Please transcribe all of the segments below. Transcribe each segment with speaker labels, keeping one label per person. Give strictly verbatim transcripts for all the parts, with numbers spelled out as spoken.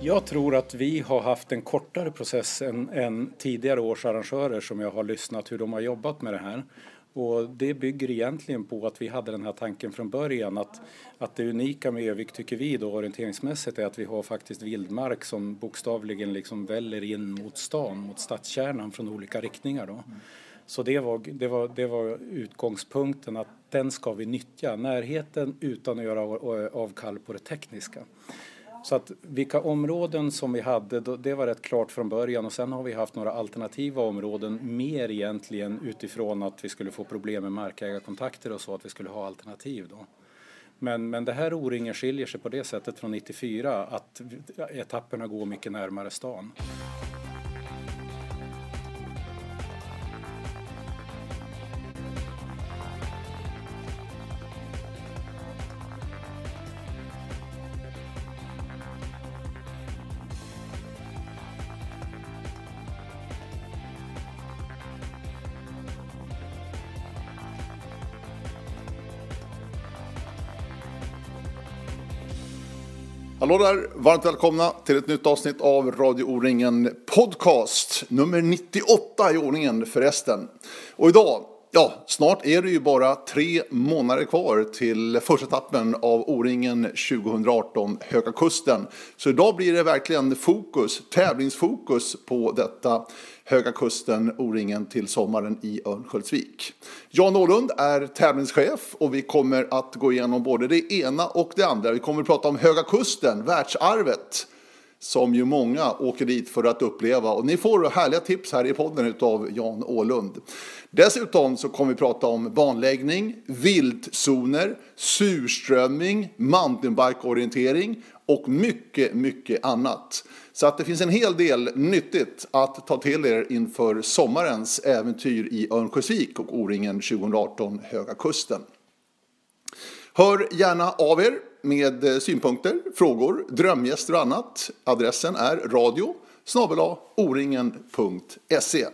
Speaker 1: Jag tror att vi har haft en kortare process än, än tidigare års arrangörer som jag har lyssnat hur de har jobbat med det här. Och det bygger egentligen på att vi hade den här tanken från början att, att det unika med Övik tycker vi då orienteringsmässigt är att vi har faktiskt vildmark som bokstavligen liksom väller in mot stan, mot stadskärnan från olika riktningar då. Mm. Så det var, det, var, det var utgångspunkten att den ska vi nyttja, närheten utan att göra avkall på det tekniska. Så att vilka områden som vi hade, det var rätt klart från början och sen har vi haft några alternativa områden mer egentligen utifrån att vi skulle få problem med markägarkontakter och så att vi skulle ha alternativ då. Men, men det här O-ringen skiljer sig på det sättet från nittiofyra att etapperna går mycket närmare stan.
Speaker 2: Hallå där, varmt välkomna till ett nytt avsnitt av Radio O-ringen podcast. Nummer nittioåtta i ordningen förresten. Och idag, ja snart är det ju bara tre månader kvar till första etappen av O-ringen tjugoarton Höga Kusten. Så idag blir det verkligen fokus, tävlingsfokus på detta Höga Kusten O-ringen till sommaren i Örnsköldsvik. Jan Åhlund är tävlingschef och vi kommer att gå igenom både det ena och det andra. Vi kommer att prata om Höga Kusten, världsarvet, som ju många åker dit för att uppleva. Och ni får härliga tips här i podden av Jan Åhlund. Dessutom så kommer vi prata om banläggning, viltzoner, surströmming, mountainbike-orientering och mycket, mycket annat. Så att det finns en hel del nyttigt att ta till er inför sommarens äventyr i Örnsköldsvik och O-ringen tjugoarton Höga Kusten. Hör gärna av er med synpunkter, frågor, drömgäster och annat. Adressen är radio snabel-a oringen punkt se.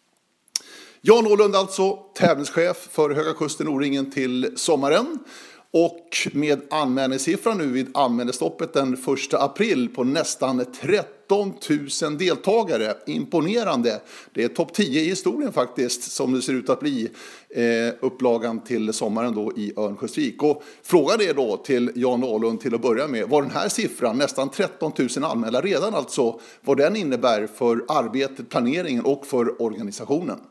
Speaker 2: Jan Åhlund alltså, tävlingschef för Höga Kusten O-ringen till sommaren. Och med anmälningssiffran nu vid anmälningsstoppet den första april på nästan tretton tusen deltagare. Imponerande. Det är topp tio i historien faktiskt som det ser ut att bli eh, upplagan till sommaren då i Örnsköldsvik. Och frågan är då till Jan Åhlund till att börja med vad den här siffran, nästan tretton tusen anmälda redan alltså, vad den innebär för arbetet, planeringen och för organisationen.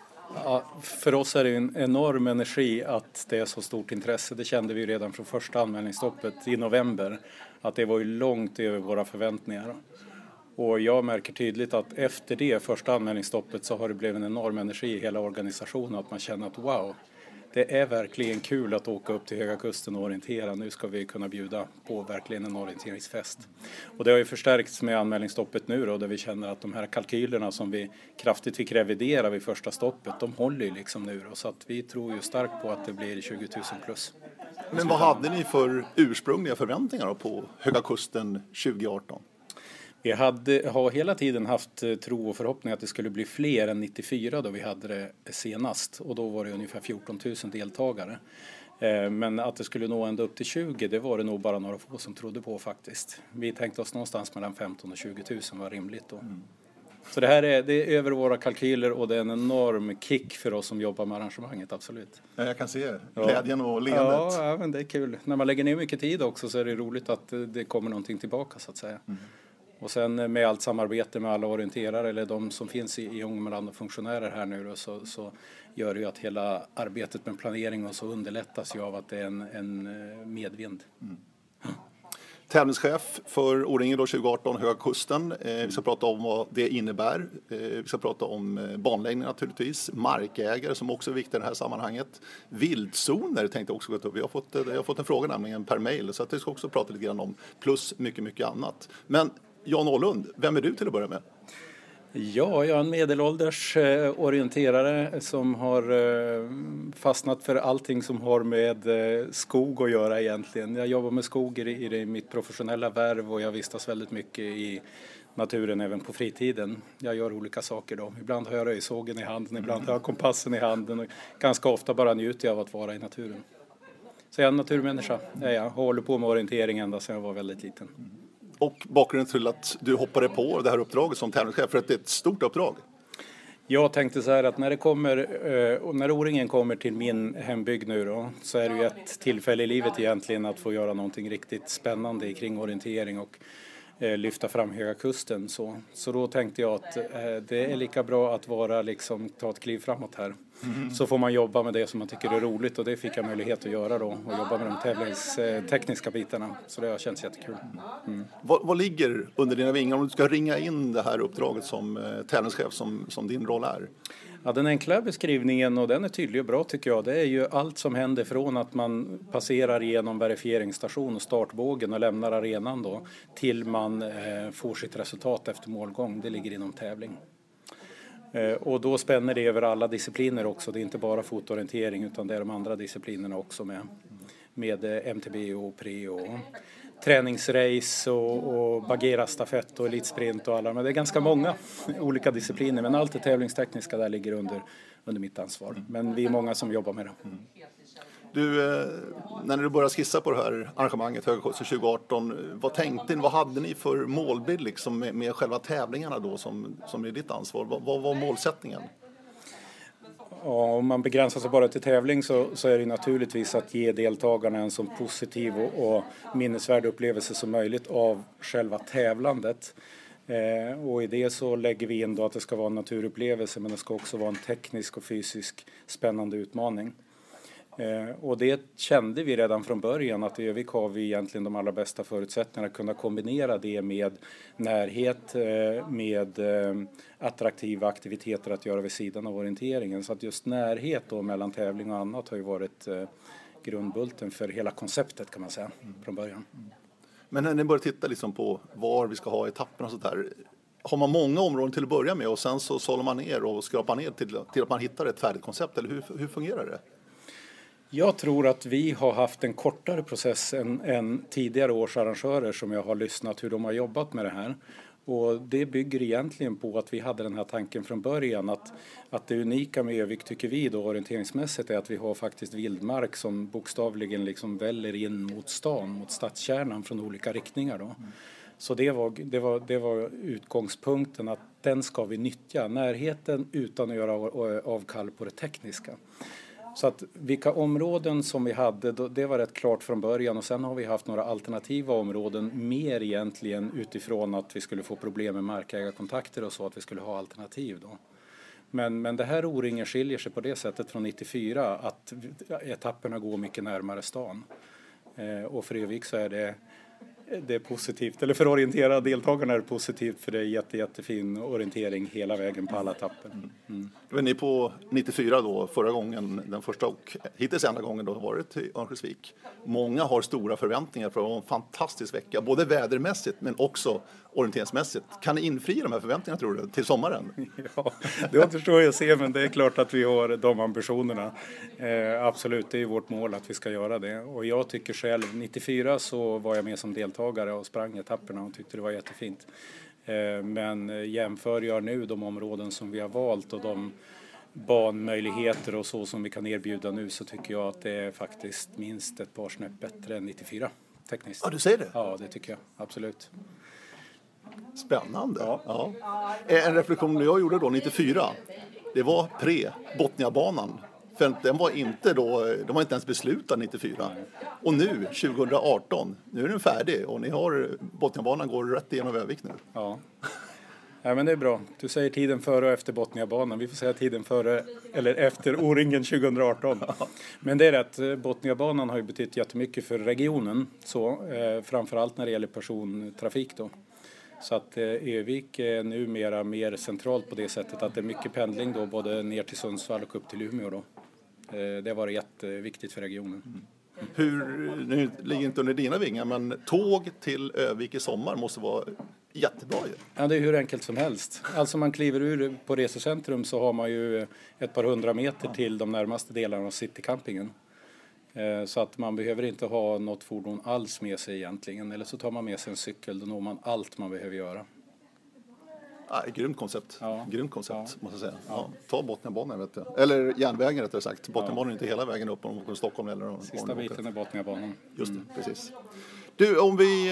Speaker 1: Ja, för oss är det en enorm energi att det är så stort intresse. Det kände vi redan från första anmälningsstoppet i november. Att det var ju långt över våra förväntningar. Och jag märker tydligt att efter det första anmälningsstoppet så har det blivit en enorm energi i hela organisationen. Att man känner att wow, det är verkligen kul att åka upp till Höga Kusten och orientera. Nu ska vi kunna bjuda på verkligen en orienteringsfest. Och det har ju förstärkts med anmälningsstoppet nu då, där vi känner att de här kalkylerna som vi kraftigt fick revidera vid första stoppet, de håller ju liksom nu då. Så att vi tror ju starkt på att det blir tjugo tusen plus.
Speaker 2: Men vad hade ni för ursprungliga förväntningar på Höga Kusten tjugoarton?
Speaker 1: Vi hade, har hela tiden haft tro och förhoppning att det skulle bli fler än nittiofyra då vi hade det senast. Och då var det ungefär fjorton tusen deltagare. Men att det skulle nå ända upp till tjugo, det var det nog bara några få som trodde på faktiskt. Vi tänkte oss någonstans mellan femton och tjugo tusen var rimligt då. Mm. Så det här är, det är över våra kalkyler och det är en enorm kick för oss som jobbar med arrangemanget, absolut.
Speaker 2: Ja, jag kan se glädjen och leendet.
Speaker 1: Ja, ja, men det är kul. När man lägger ner mycket tid också så är det roligt att det kommer någonting tillbaka så att säga. Mm. Och sen med allt samarbete med alla orienterare eller de som finns i, i Ångermanland och funktionärer här nu då, så, så gör det ju att hela arbetet med planering och så underlättas ju av att det är en, en medvind. Mm.
Speaker 2: Mm. Tävlingschef för O-ringen då tjugoarton Höga Kusten. Eh, vi ska prata om vad det innebär. Eh, vi ska prata om eh, banläggning naturligtvis. Markägare som också är viktiga i det här sammanhanget. Vildzoner tänkte jag också gå upp. Vi har fått, eh, jag har fått en fråga nämligen per mejl så att jag ska också prata lite grann om. Plus mycket, mycket annat. Men Jan Åhlund, vem är du till att börja med?
Speaker 1: Ja, jag är en medelålders eh, orienterare som har eh, fastnat för allting som har med eh, skog att göra egentligen. Jag jobbar med skog i, i, i mitt professionella värv och jag vistas väldigt mycket i naturen även på fritiden. Jag gör olika saker då. Ibland har jag röjsågen i handen, ibland har jag kompassen i handen och ganska ofta bara njuter jag av att vara i naturen. Så jag är en naturmänniska. Ja, jag håller på med orientering ända sedan jag var väldigt liten.
Speaker 2: och bakgrunden till att du hoppade på det här uppdraget som tävlingschef, för att det är ett stort uppdrag.
Speaker 1: Jag tänkte så här att när det kommer, och när O-ringen kommer till min hembygd nu då, så är det ju ett tillfälle i livet egentligen att få göra någonting riktigt spännande kring orientering och eh, lyfta fram Höga Kusten. Så, så då tänkte jag att eh, det är lika bra att vara liksom, ta ett kliv framåt här. Mm. Så får man jobba med det som man tycker är roligt, och det fick jag möjlighet att göra då, och jobba med de tävlingstekniska bitarna. Så det har känts jättekul. Mm.
Speaker 2: Vad, vad ligger under dina vingar om du ska ringa in det här uppdraget som eh, tävlingschef som, som din roll är?
Speaker 1: Ja, den enkla beskrivningen, och den är tydlig och bra tycker jag, det är ju allt som händer från att man passerar genom verifieringsstation och startbågen och lämnar arenan då, till man eh, får sitt resultat efter målgång. Det ligger inom tävling. Eh, och då spänner det över alla discipliner också. Det är inte bara fotorientering utan det är de andra disciplinerna också med. Med eh, M T B och pre och träningsrace och, och bagera-stafett och elitsprint och alla. Men det är ganska många olika discipliner. Men allt det tävlingstekniska där ligger under, under mitt ansvar. Men vi är många som jobbar med det. Mm.
Speaker 2: Du, när du började skissa på det här arrangemanget Höga Kusten tjugo arton, vad tänkte ni, vad hade ni för målbild liksom med, med själva tävlingarna då som, som är ditt ansvar? Vad, vad var målsättningen?
Speaker 1: Ja, om man begränsar sig bara till tävling så, så är det naturligtvis att ge deltagarna en så positiv och, och minnesvärd upplevelse som möjligt av själva tävlandet. Eh, och i det så lägger vi in då att det ska vara en naturupplevelse, men det ska också vara en teknisk och fysisk spännande utmaning. Eh, och det kände vi redan från början, att i Övik har vi egentligen de allra bästa förutsättningarna att kunna kombinera det med närhet, eh, med eh, attraktiva aktiviteter att göra vid sidan av orienteringen. Så att just närhet då mellan tävling och annat har ju varit eh, grundbulten för hela konceptet kan man säga mm. från början. Mm.
Speaker 2: Men när ni börjar titta liksom på var vi ska ha etapper och sånt där, har man många områden till att börja med och sen så sållar man ner och skrapar ner till, till att man hittar ett färdigt koncept, eller hur, hur fungerar det?
Speaker 1: Jag tror att vi har haft en kortare process än, än tidigare års arrangörer som jag har lyssnat hur de har jobbat med det här. Och det bygger egentligen på att vi hade den här tanken från början att, att det unika med Övik tycker vi då orienteringsmässigt är att vi har faktiskt vildmark som bokstavligen liksom väller in mot stan, mot stadskärnan från olika riktningar då. Mm. Så det var, det, var, det var utgångspunkten att den ska vi nyttja, närheten utan att göra avkall på det tekniska. Så att vilka områden som vi hade, det var rätt klart från början, och sen har vi haft några alternativa områden mer egentligen utifrån att vi skulle få problem med markägarkontakter och så, att vi skulle ha alternativ då. Men, men det här O-ringen skiljer sig på det sättet från nittiofyra att etapperna går mycket närmare stan. Eh, och för Övik så är det Det är positivt, eller för orienterade deltagarna är det positivt, för det är jätte, jättefin orientering hela vägen på alla etapper. Mm.
Speaker 2: Men ni på nittiofyra då, förra gången, den första och hittills enda gången då har varit i Örnsköldsvik. Många har stora förväntningar för en fantastisk vecka, både vädermässigt men också orienteringsmässigt. Kan ni infria de här förväntningarna tror du till sommaren?
Speaker 1: Ja, det återstår jag att se, men det är klart att vi har de ambitionerna. Eh, absolut, det är vårt mål att vi ska göra det. Och jag tycker själv, nittiofyra så var jag med som deltagare och sprang etapperna och tyckte det var jättefint. Eh, men jämför jag nu de områden som vi har valt och de banmöjligheter och så som vi kan erbjuda nu, så tycker jag att det är faktiskt minst ett par snäpp bättre än nittiofyra tekniskt.
Speaker 2: Ja, du säger det?
Speaker 1: Ja, det tycker jag. Absolut.
Speaker 2: Spännande. Ja. Ja. En reflektion jag gjorde då nittiofyra, det var pre-Botniabanan. För den var inte då, de var inte ens beslutad nittiofyra. Och nu, tjugo arton, nu är den färdig och ni har, Botniabanan går rätt igenom Övik nu.
Speaker 1: Ja. Ja, men det är bra. Du säger tiden före och efter Botniabanan. Vi får säga tiden före eller efter O-ringen tjugo arton. Ja. Men det är rätt. Botniabanan har ju betytt jättemycket för regionen. Så, eh, framförallt när det gäller persontrafik då. Så att eh, Övik är numera mer centralt på det sättet att det är mycket pendling då, både ner till Sundsvall och upp till Umeå då. Eh, det har varit jätteviktigt för regionen. Mm.
Speaker 2: Hur, nu ligger inte under dina vingar, men tåg till Övik i sommar måste vara jättebra ju.
Speaker 1: Ja, det är hur enkelt som helst. Alltså man kliver ur på resecentrum så har man ju ett par hundra meter till de närmaste delarna av citycampingen. Så att man behöver inte ha något fordon alls med sig egentligen. Eller så tar man med sig en cykel, då når man allt man behöver göra.
Speaker 2: Ja, grymt koncept. Ja. Grymt koncept ja. måste jag säga. Ja. Ja, ta Botniabanan vet jag. Eller järnvägen rättare sagt. Botniabanan ja. är inte hela vägen upp om man åker till Stockholm eller
Speaker 1: sista biten är Botniabanan.
Speaker 2: Just det, mm. precis. Du, om vi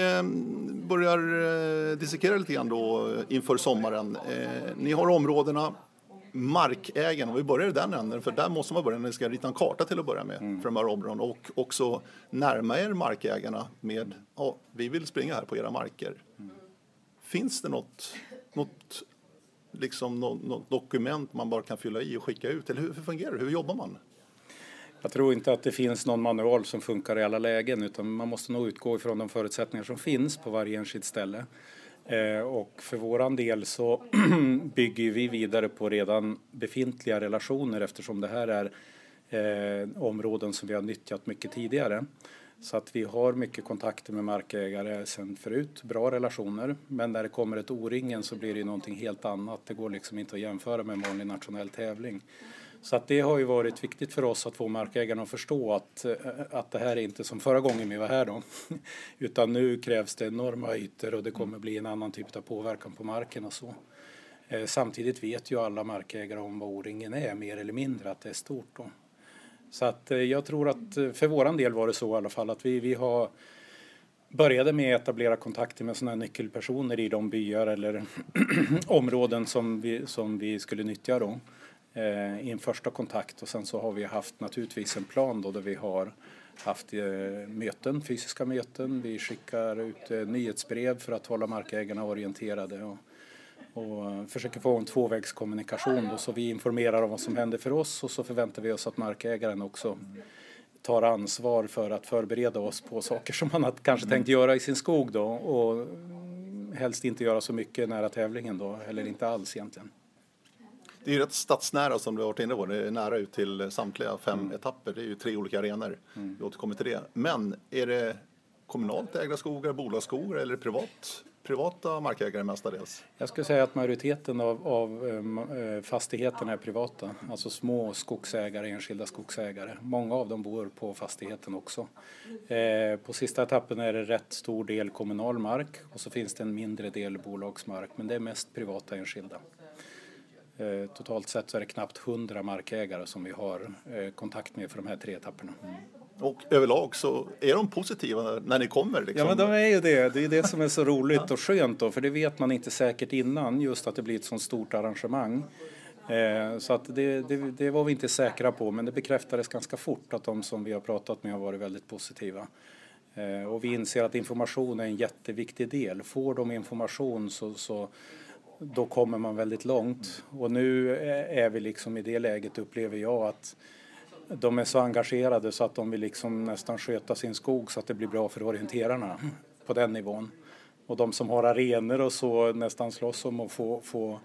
Speaker 2: börjar dissekera lite grann då inför sommaren. Ni har områdena markägarna, och vi börjar i den änden, för där måste man börja när ni ska rita en karta till att börja med mm. för de här områdena, och också närma er markägarna med, ja, vi vill springa här på era marker. Mm. Finns det något, något, liksom något, något dokument man bara kan fylla i och skicka ut, eller hur, hur fungerar det? Hur jobbar man?
Speaker 1: Jag tror inte att det finns någon manual som funkar i alla lägen, utan man måste nog utgå ifrån de förutsättningar som finns på varje enskilt ställe. Eh, och för våran del så bygger vi vidare på redan befintliga relationer, eftersom det här är eh, områden som vi har nyttjat mycket tidigare. Så att vi har mycket kontakter med markägare sedan förut, bra relationer. Men när det kommer ett O-ringen så blir det någonting helt annat. Det går liksom inte att jämföra med en vanlig nationell tävling. Så att det har ju varit viktigt för oss att få markägarna att förstå att, att det här är inte som förra gången vi var här då. Utan nu krävs det enorma ytor och det kommer bli en annan typ av påverkan på marken och så. Eh, samtidigt vet ju alla markägare om vad O-ringen är, mer eller mindre, att det är stort då. Så att eh, jag tror att för våran del var det så i alla fall att vi, vi har började med att etablera kontakter med sådana nyckelpersoner i de byar eller områden som vi, som vi skulle nyttja då. I en första kontakt, och sen så har vi haft naturligtvis en plan då där vi har haft eh, möten, fysiska möten. Vi skickar ut eh, nyhetsbrev för att hålla markägarna orienterade och, och försöker få en tvåvägskommunikation då, så vi informerar om vad som händer för oss, och så förväntar vi oss att markägaren också tar ansvar för att förbereda oss på saker som man har kanske tänkt göra i sin skog då, och helst inte göra så mycket nära tävlingen då, eller inte alls egentligen.
Speaker 2: Det är ju rätt stadsnära som du har varit inne på. Det är nära ut till samtliga fem mm. etapper. Det är ju tre olika arenor. Mm. Vi återkommer till det. Men är det kommunalt ägda skogar, bolagsskogar eller privat, privata markägare mestadels?
Speaker 1: Jag skulle säga att majoriteten av, av äh, fastigheterna är privata. Alltså små skogsägare, enskilda skogsägare. Många av dem bor på fastigheten också. Eh, på sista etappen är det rätt stor del kommunal mark. Och så finns det en mindre del bolagsmark. Men det är mest privata enskilda. Totalt sett så är det knappt hundra markägare som vi har kontakt med för de här tre etapperna. Mm.
Speaker 2: Och överlag så är de positiva när ni kommer? Liksom.
Speaker 1: Ja, men de är ju det. Det är det som är så roligt och skönt då. För det vet man inte säkert innan, just att det blir ett sånt stort arrangemang. Så att det, det, det var vi inte säkra på, men det bekräftades ganska fort att de som vi har pratat med har varit väldigt positiva. Och vi inser att information är en jätteviktig del. Får de information så... så då kommer man väldigt långt, och nu är vi liksom i det läget, upplever jag, att de är så engagerade så att de vill liksom nästan sköta sin skog så att det blir bra för orienterarna på den nivån. Och de som har arenor och så nästan slåss om att få, få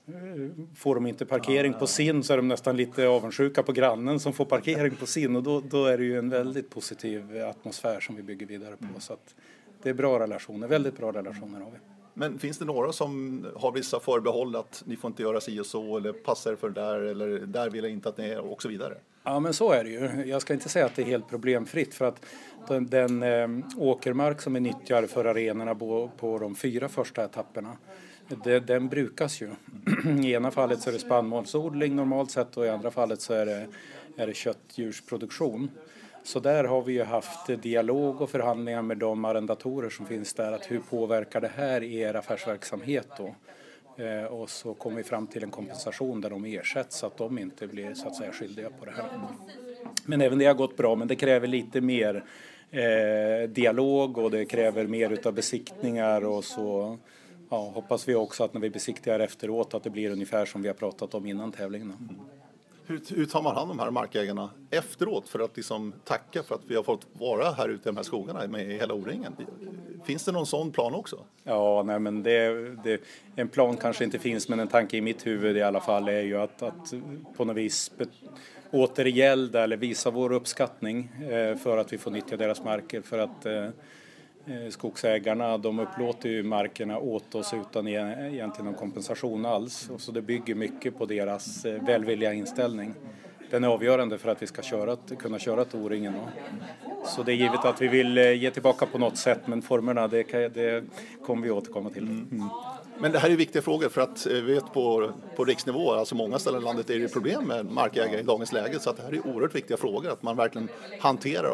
Speaker 1: får de inte parkering på sin, så är de nästan lite avundsjuka på grannen som får parkering på sin, och då, då är det ju en väldigt positiv atmosfär som vi bygger vidare på. Så att det är bra relationer, väldigt bra relationer har vi.
Speaker 2: Men finns det några som har vissa förbehåll att ni får inte göra si och så, eller passar för där, eller där vill jag inte att ni är, och så vidare?
Speaker 1: Ja, men så är det ju. Jag ska inte säga att det är helt problemfritt, för att den, den eh, åkermark som vi nyttjar för arenorna på, på de fyra första etapperna, det, den brukas ju. I ena fallet så är det spannmålsodling normalt sett, och i andra fallet så är det, är det köttdjursproduktion. Så där har vi ju haft dialog och förhandlingar med de arrendatorer som finns där, att hur påverkar det här er affärsverksamhet då? Eh, och så kommer vi fram till en kompensation där de ersätts så att de inte blir så att säga skyldiga på det här. Men även det har gått bra, men det kräver lite mer eh, dialog, och det kräver mer utav besiktningar, och så ja, hoppas vi också att när vi besiktigar efteråt att det blir ungefär som vi har pratat om innan tävlingen. Mm.
Speaker 2: Hur, hur tar man hand om de här markägarna efteråt för att liksom tacka för att vi har fått vara här ute i de här skogarna med hela O-ringen? Finns det någon sån plan också?
Speaker 1: Ja, nej, men det, det, en plan kanske inte finns, men en tanke i mitt huvud i alla fall är ju att, att på något vis återgälda eller visa vår uppskattning eh, för att vi får nyttja deras marker, för att eh, skogsägarna, de upplåter ju markerna åt oss utan egentligen någon kompensation alls, och så det bygger mycket på deras välvilliga inställning. Den är avgörande för att vi ska köra, kunna köra till O-ringen. Så det är givet att vi vill ge tillbaka på något sätt, men formerna det, det kommer vi återkomma till. Mm.
Speaker 2: Men det här är viktiga frågor, för att vi vet på, på riksnivå, alltså många ställen i landet är det problem med markägare i dagens läge, så att det här är oerhört viktiga frågor, att man verkligen hanterar dem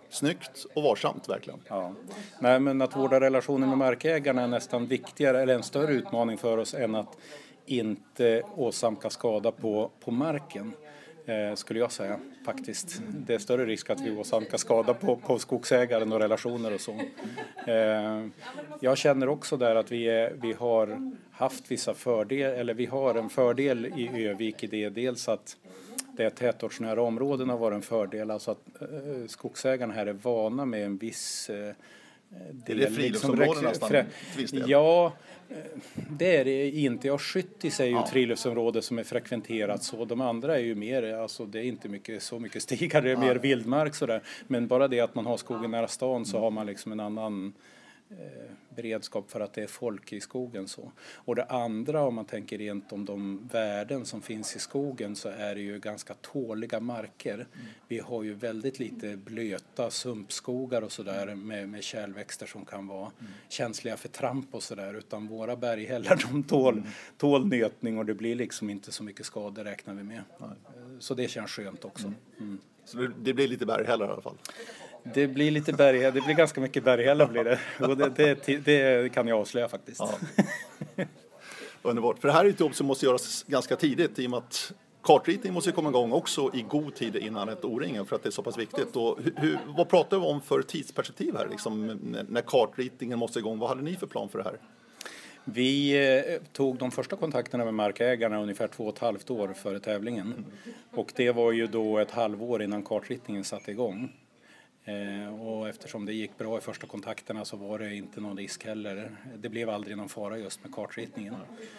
Speaker 2: snyggt och varsamt verkligen.
Speaker 1: Ja. Nej, men att vårda relationen med markägarna är nästan viktigare eller en större utmaning för oss än att inte åsamka skada på, på marken. Eh, skulle jag säga faktiskt. Det är större risk att vi åsamkar skada på, på skogsägaren och relationer och så. Eh, jag känner också där att vi, är, vi har haft vissa fördelar, eller vi har en fördel i Övik i det. Dels att det är tätortsnära områden har varit en fördel. Alltså att eh, skogsägarna här är vana med en viss eh,
Speaker 2: del. Är det friluftsområden liksom, nästan? Frä,
Speaker 1: ja, det är det inte. Jag Skyttis är ju ja. ett friluftsområde som är frekventerat så. De andra är ju mer, alltså det är inte mycket, så mycket stigar, det är ja. mer vildmark sådär. Men bara det att man har skogen nära stan så har man liksom en annan eh, beredskap för att det är folk i skogen så. Och det andra, om man tänker rent om de värden som finns i skogen, så är det ju ganska tåliga marker. Mm. Vi har ju väldigt lite blöta sumpskogar och sådär med, med kärlväxter som kan vara mm. känsliga för tramp och sådär, utan våra berghällar de tål, mm. tål nötning och det blir liksom inte så mycket skador räknar vi med. Nej. Så det känns skönt också. Mm. Mm.
Speaker 2: Så det, det blir lite berghällar i alla fall?
Speaker 1: Det blir lite berghällar, det blir ganska mycket berghällar blir det. Och det, det, det kan jag avslöja faktiskt. Ja.
Speaker 2: Underbart. För det här är ett jobb som måste göras ganska tidigt i och med att kartritning måste komma igång också i god tid innan ett O-ringen för att det är så pass viktigt. Och hur, vad pratar vi om för tidsperspektiv här liksom, när kartritningen måste igång? Vad hade ni för plan för det här?
Speaker 1: Vi eh, tog de första kontakterna med markägarna ungefär två och ett halvt år före tävlingen. Mm. Och det var ju då ett halvår innan kartritningen satte igång. Eh, och eftersom det gick bra i första kontakterna så var det inte någon risk heller. Det blev aldrig någon fara just med kartritningen.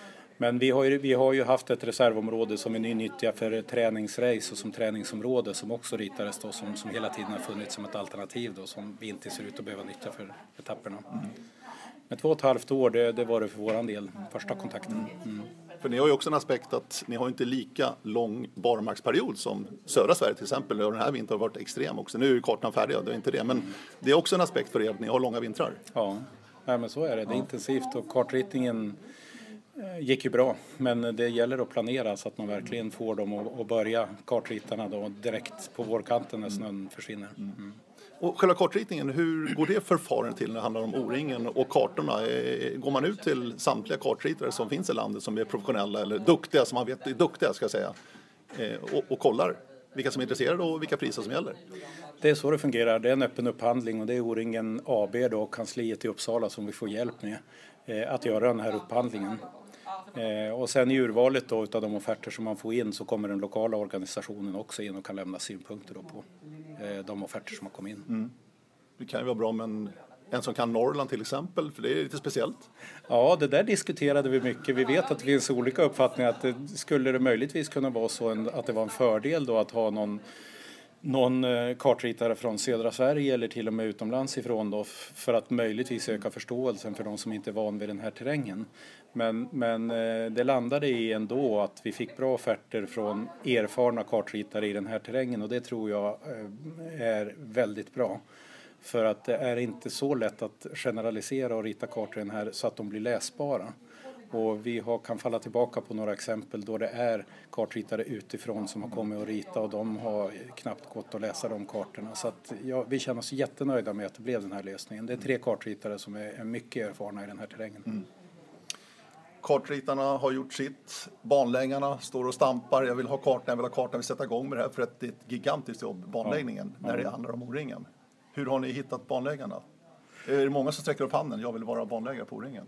Speaker 1: Men vi har ju, vi har ju haft ett reservområde som är nyttjar för träningsrace och som träningsområde som också ritades då, som, som hela tiden har funnits som ett alternativ då, som vi inte ser ut att behöva nyttja för etapperna. Mm. Men två och ett halvt år, det, det var det för våran del, första kontakten. Mm.
Speaker 2: För ni har ju också en aspekt att ni har inte lika lång barmarksperiod som södra Sverige till exempel. Och den här vintern har varit extrem också. Nu är ju kartan färdiga, det är inte det. Men det är också en aspekt för er att ni har långa vintrar.
Speaker 1: Ja, ja men så är det. Det är ja. intensivt och kartritningen gick ju bra. Men det gäller att planera så att man verkligen får dem att börja kartritarna då direkt på vårkanten när snön försvinner. Mm.
Speaker 2: Och själva kartritningen, hur går det förfarandet till när det handlar om O-ringen och kartorna? Går man ut till samtliga kartritare som finns i landet som är professionella eller duktiga, som man vet är duktiga ska jag säga, och, och kollar vilka som är intresserade och vilka priser som gäller?
Speaker 1: Det är så det fungerar. Det är en öppen upphandling och det är O-ringen A B då, kansliet i Uppsala, som vi får hjälp med eh, att göra den här upphandlingen. Eh, och sen i urvalet då utav de offerter som man får in så kommer den lokala organisationen också in och kan lämna synpunkter då på eh, de offerter som har kommit in. Mm.
Speaker 2: Det kan ju vara bra, men en som kan Norrland till exempel, för det är lite speciellt.
Speaker 1: Ja, det där diskuterade vi mycket. Vi vet att det finns olika uppfattningar. Att det skulle det möjligtvis kunna vara så en, att det var en fördel då att ha någon någon kartritare från södra Sverige eller till och med utomlands ifrån då, för att möjligtvis öka förståelsen för de som inte är van vid den här terrängen. Men, men det landade i ändå att vi fick bra offerter från erfarna kartritare i den här terrängen, och det tror jag är väldigt bra. För att det är inte så lätt att generalisera och rita kartor i den här så att de blir läsbara. Och vi har, kan falla tillbaka på några exempel då det är kartritare utifrån som har kommit och rita, och de har knappt gått att läsa de kartorna. Så att, ja, vi känner oss jättenöjda med att det blev den här lösningen. Det är tre kartritare som är, är mycket erfarna i den här terrängen. Mm.
Speaker 2: Kartritarna har gjort sitt. Banläggarna står och stampar. Jag vill ha kartan, jag vill ha kartan. Vi sätter igång med det här för att det är ett gigantiskt jobb, banläggningen, ja. när det handlar om O-ringen. Hur har ni hittat banläggarna? Är det många som sträcker upp handen? Jag vill vara banläggare på O-ringen.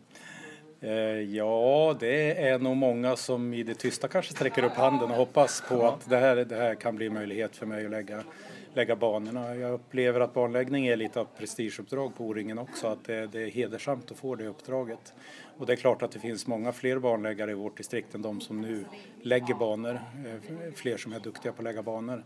Speaker 1: Ja, det är nog många som i det tysta kanske sträcker upp handen och hoppas på ja. att det här, det här kan bli möjlighet för mig att lägga, lägga banorna. Jag upplever att banläggning är lite av prestigeuppdrag på O-ringen också, att det, det är hedersamt att få det uppdraget. Och det är klart att det finns många fler banläggare i vårt distrikt än de som nu lägger banor, fler som är duktiga på att lägga banor.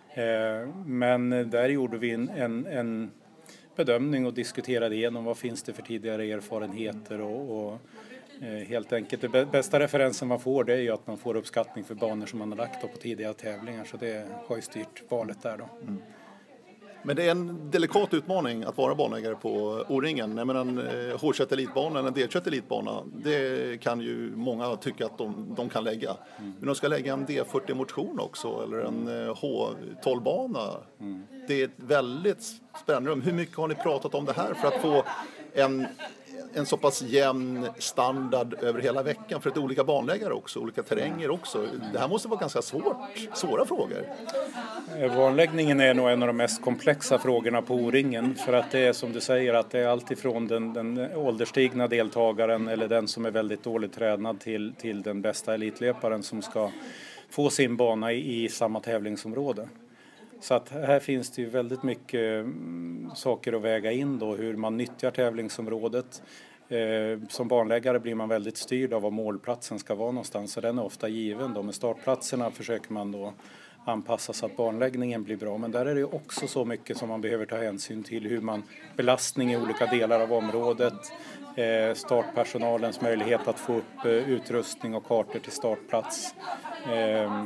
Speaker 1: Men där gjorde vi en, en, en bedömning och diskuterade igenom vad finns det för tidigare erfarenheter och, och eh, helt enkelt det bästa referensen man får, det är ju att man får uppskattning för banor som man har lagt på tidigare tävlingar, så det har ju styrt valet där då. Mm.
Speaker 2: Men det är en delikat utmaning att vara banläggare på O-ringen. Jag menar, en H tjugoett elitbana eller en D tjugoett elitbana, det kan ju många tycka att de, de kan lägga. Mm. Men de ska lägga en D fyrtio motion också eller en H tolv-bana. Mm. Det är ett väldigt spännande rum. Hur mycket har ni pratat om det här för att få en, en så pass jämn standard över hela veckan? För att det är olika banläggare också, olika terränger också. Det här måste vara ganska svårt, svåra frågor.
Speaker 1: Banläggningen är nog en av de mest komplexa frågorna på O-ringen, för att det är som du säger att det är allt ifrån den, den ålderstigna deltagaren eller den som är väldigt dåligt tränad till, till den bästa elitlöparen som ska få sin bana i, i samma tävlingsområde. Så att här finns det ju väldigt mycket saker att väga in då, hur man nyttjar tävlingsområdet. Eh, som banläggare blir man väldigt styrd av var målplatsen ska vara någonstans, så den är ofta given då. Med startplatserna försöker man då anpassa så att banläggningen blir bra, men där är det också så mycket som man behöver ta hänsyn till, hur man belastning i olika delar av området, eh, startpersonalens möjlighet att få upp eh, utrustning och kartor till startplats, eh,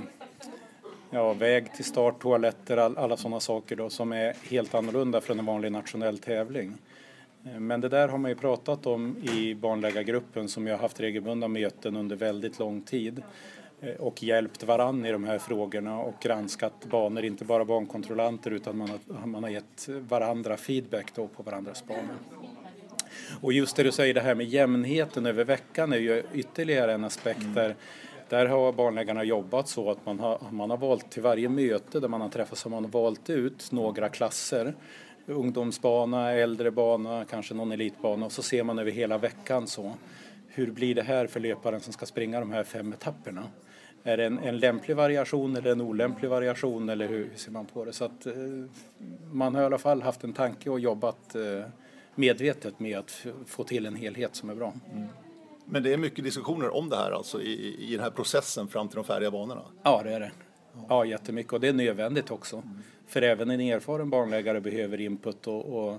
Speaker 1: ja, väg till start, toaletter, all, alla sådana saker då, som är helt annorlunda från en vanlig nationell tävling. Eh, men det där har man ju pratat om i banläggargruppen som jag har haft regelbundna möten under väldigt lång tid och hjälpt varann i de här frågorna och granskat banor, inte bara bankontrollanter utan man har, man har gett varandra feedback då på varandras banor. Och just det du säger, det här med jämnheten över veckan är ju ytterligare en aspekt där, där har banläggarna jobbat så att man har, man har valt till varje möte där man har träffats, så man har valt ut några klasser, ungdomsbana, äldrebana, kanske någon elitbana, och så ser man över hela veckan så. Hur blir det här för löparen som ska springa de här fem etapperna? Är det en, en lämplig variation eller en olämplig variation, eller hur ser man på det? Så att eh, man har i alla fall haft en tanke och jobbat eh, medvetet med att f- få till en helhet som är bra. Mm.
Speaker 2: Men det är mycket diskussioner om det här alltså i, i den här processen fram till de färdiga banorna?
Speaker 1: Ja, det är det. Ja, jättemycket, och det är nödvändigt också. Mm. För även en erfaren banläggare behöver input och, och